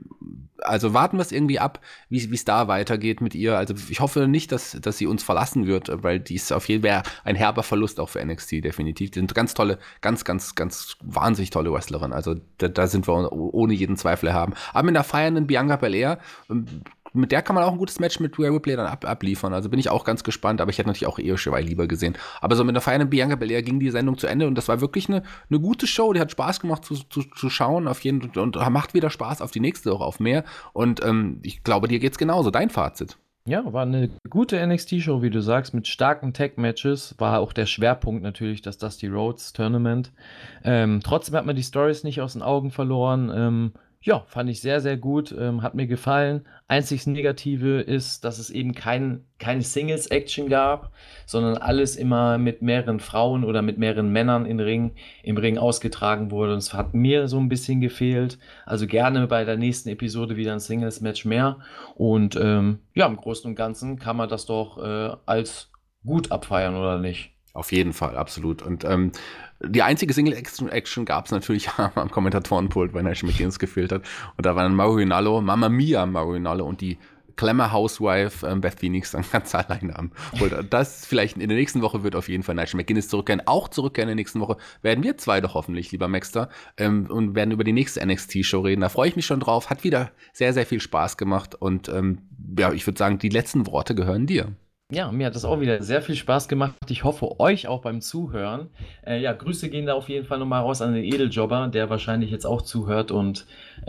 Also warten wir es irgendwie ab, wie es da weitergeht mit ihr. Also ich hoffe nicht, dass sie uns verlassen wird, weil die ist auf jeden Fall ein herber Verlust auch für NXT, definitiv. Die sind ganz tolle, ganz wahnsinnig tolle Wrestlerin. Also da sind wir ohne jeden Zweifel haben. Aber mit der feiernden Bianca Belair, mit der kann man auch ein gutes Match mit Rhea Ripley dann abliefern. Also bin ich auch ganz gespannt, aber ich hätte natürlich auch Io Shirai lieber gesehen. Aber so mit der feiernden Bianca Belair ging die Sendung zu Ende und das war wirklich eine gute Show. Die hat Spaß gemacht zu schauen und macht wieder Spaß auf die nächste, auch auf mehr. Und ich glaube, dir geht's genauso. Dein Fazit? Ja, war eine gute NXT-Show, wie du sagst, mit starken Tag-Matches. War auch der Schwerpunkt natürlich das Dusty Rhodes Tournament. Trotzdem hat man die Storys nicht aus den Augen verloren. Ja, fand ich sehr, sehr gut. Hat mir gefallen. Einziges Negative ist, dass es eben keine Singles-Action gab, sondern alles immer mit mehreren Frauen oder mit mehreren Männern im Ring ausgetragen wurde. Und es hat mir so ein bisschen gefehlt. Also gerne bei der nächsten Episode wieder ein Singles-Match mehr. Und ja, im Großen und Ganzen kann man das doch als gut abfeiern, oder nicht? Auf jeden Fall, absolut. Und die einzige Single-Action gab es natürlich am Kommentatorenpult, weil Nash McGuinness gefehlt hat. Und da waren Mauro Ranallo, Mamma Mia Mauro Ranallo und die Glamour Housewife Beth Phoenix dann ganz alleine am Pult. Das vielleicht in der nächsten Woche wird auf jeden Fall Nash McGuinness zurückkehren. Auch zurückkehren in der nächsten Woche werden wir zwei doch hoffentlich, lieber Maxter, und werden über die nächste NXT-Show reden. Da freue ich mich schon drauf. Hat wieder sehr, sehr viel Spaß gemacht. Und ja, ich würde sagen, die letzten Worte gehören dir. Ja, mir hat das auch wieder sehr viel Spaß gemacht. Ich hoffe, euch auch beim Zuhören. Ja, Grüße gehen da auf jeden Fall nochmal raus an den Edeljobber, der wahrscheinlich jetzt auch zuhört und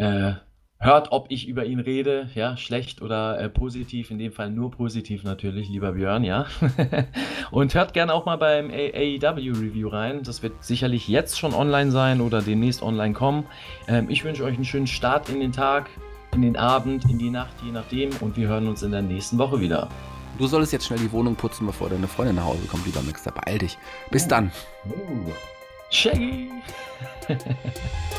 hört, ob ich über ihn rede. Ja, schlecht oder positiv. In dem Fall nur positiv natürlich, lieber Björn, ja. Und hört gerne auch mal beim AEW-Review rein. Das wird sicherlich jetzt schon online sein oder demnächst online kommen. Ich wünsche euch einen schönen Start in den Tag, in den Abend, in die Nacht, je nachdem. Und wir hören uns in der nächsten Woche wieder. Du solltest jetzt schnell die Wohnung putzen, bevor deine Freundin nach Hause kommt, lieber Maxter. Beeil dich. Bis dann. Shaggy!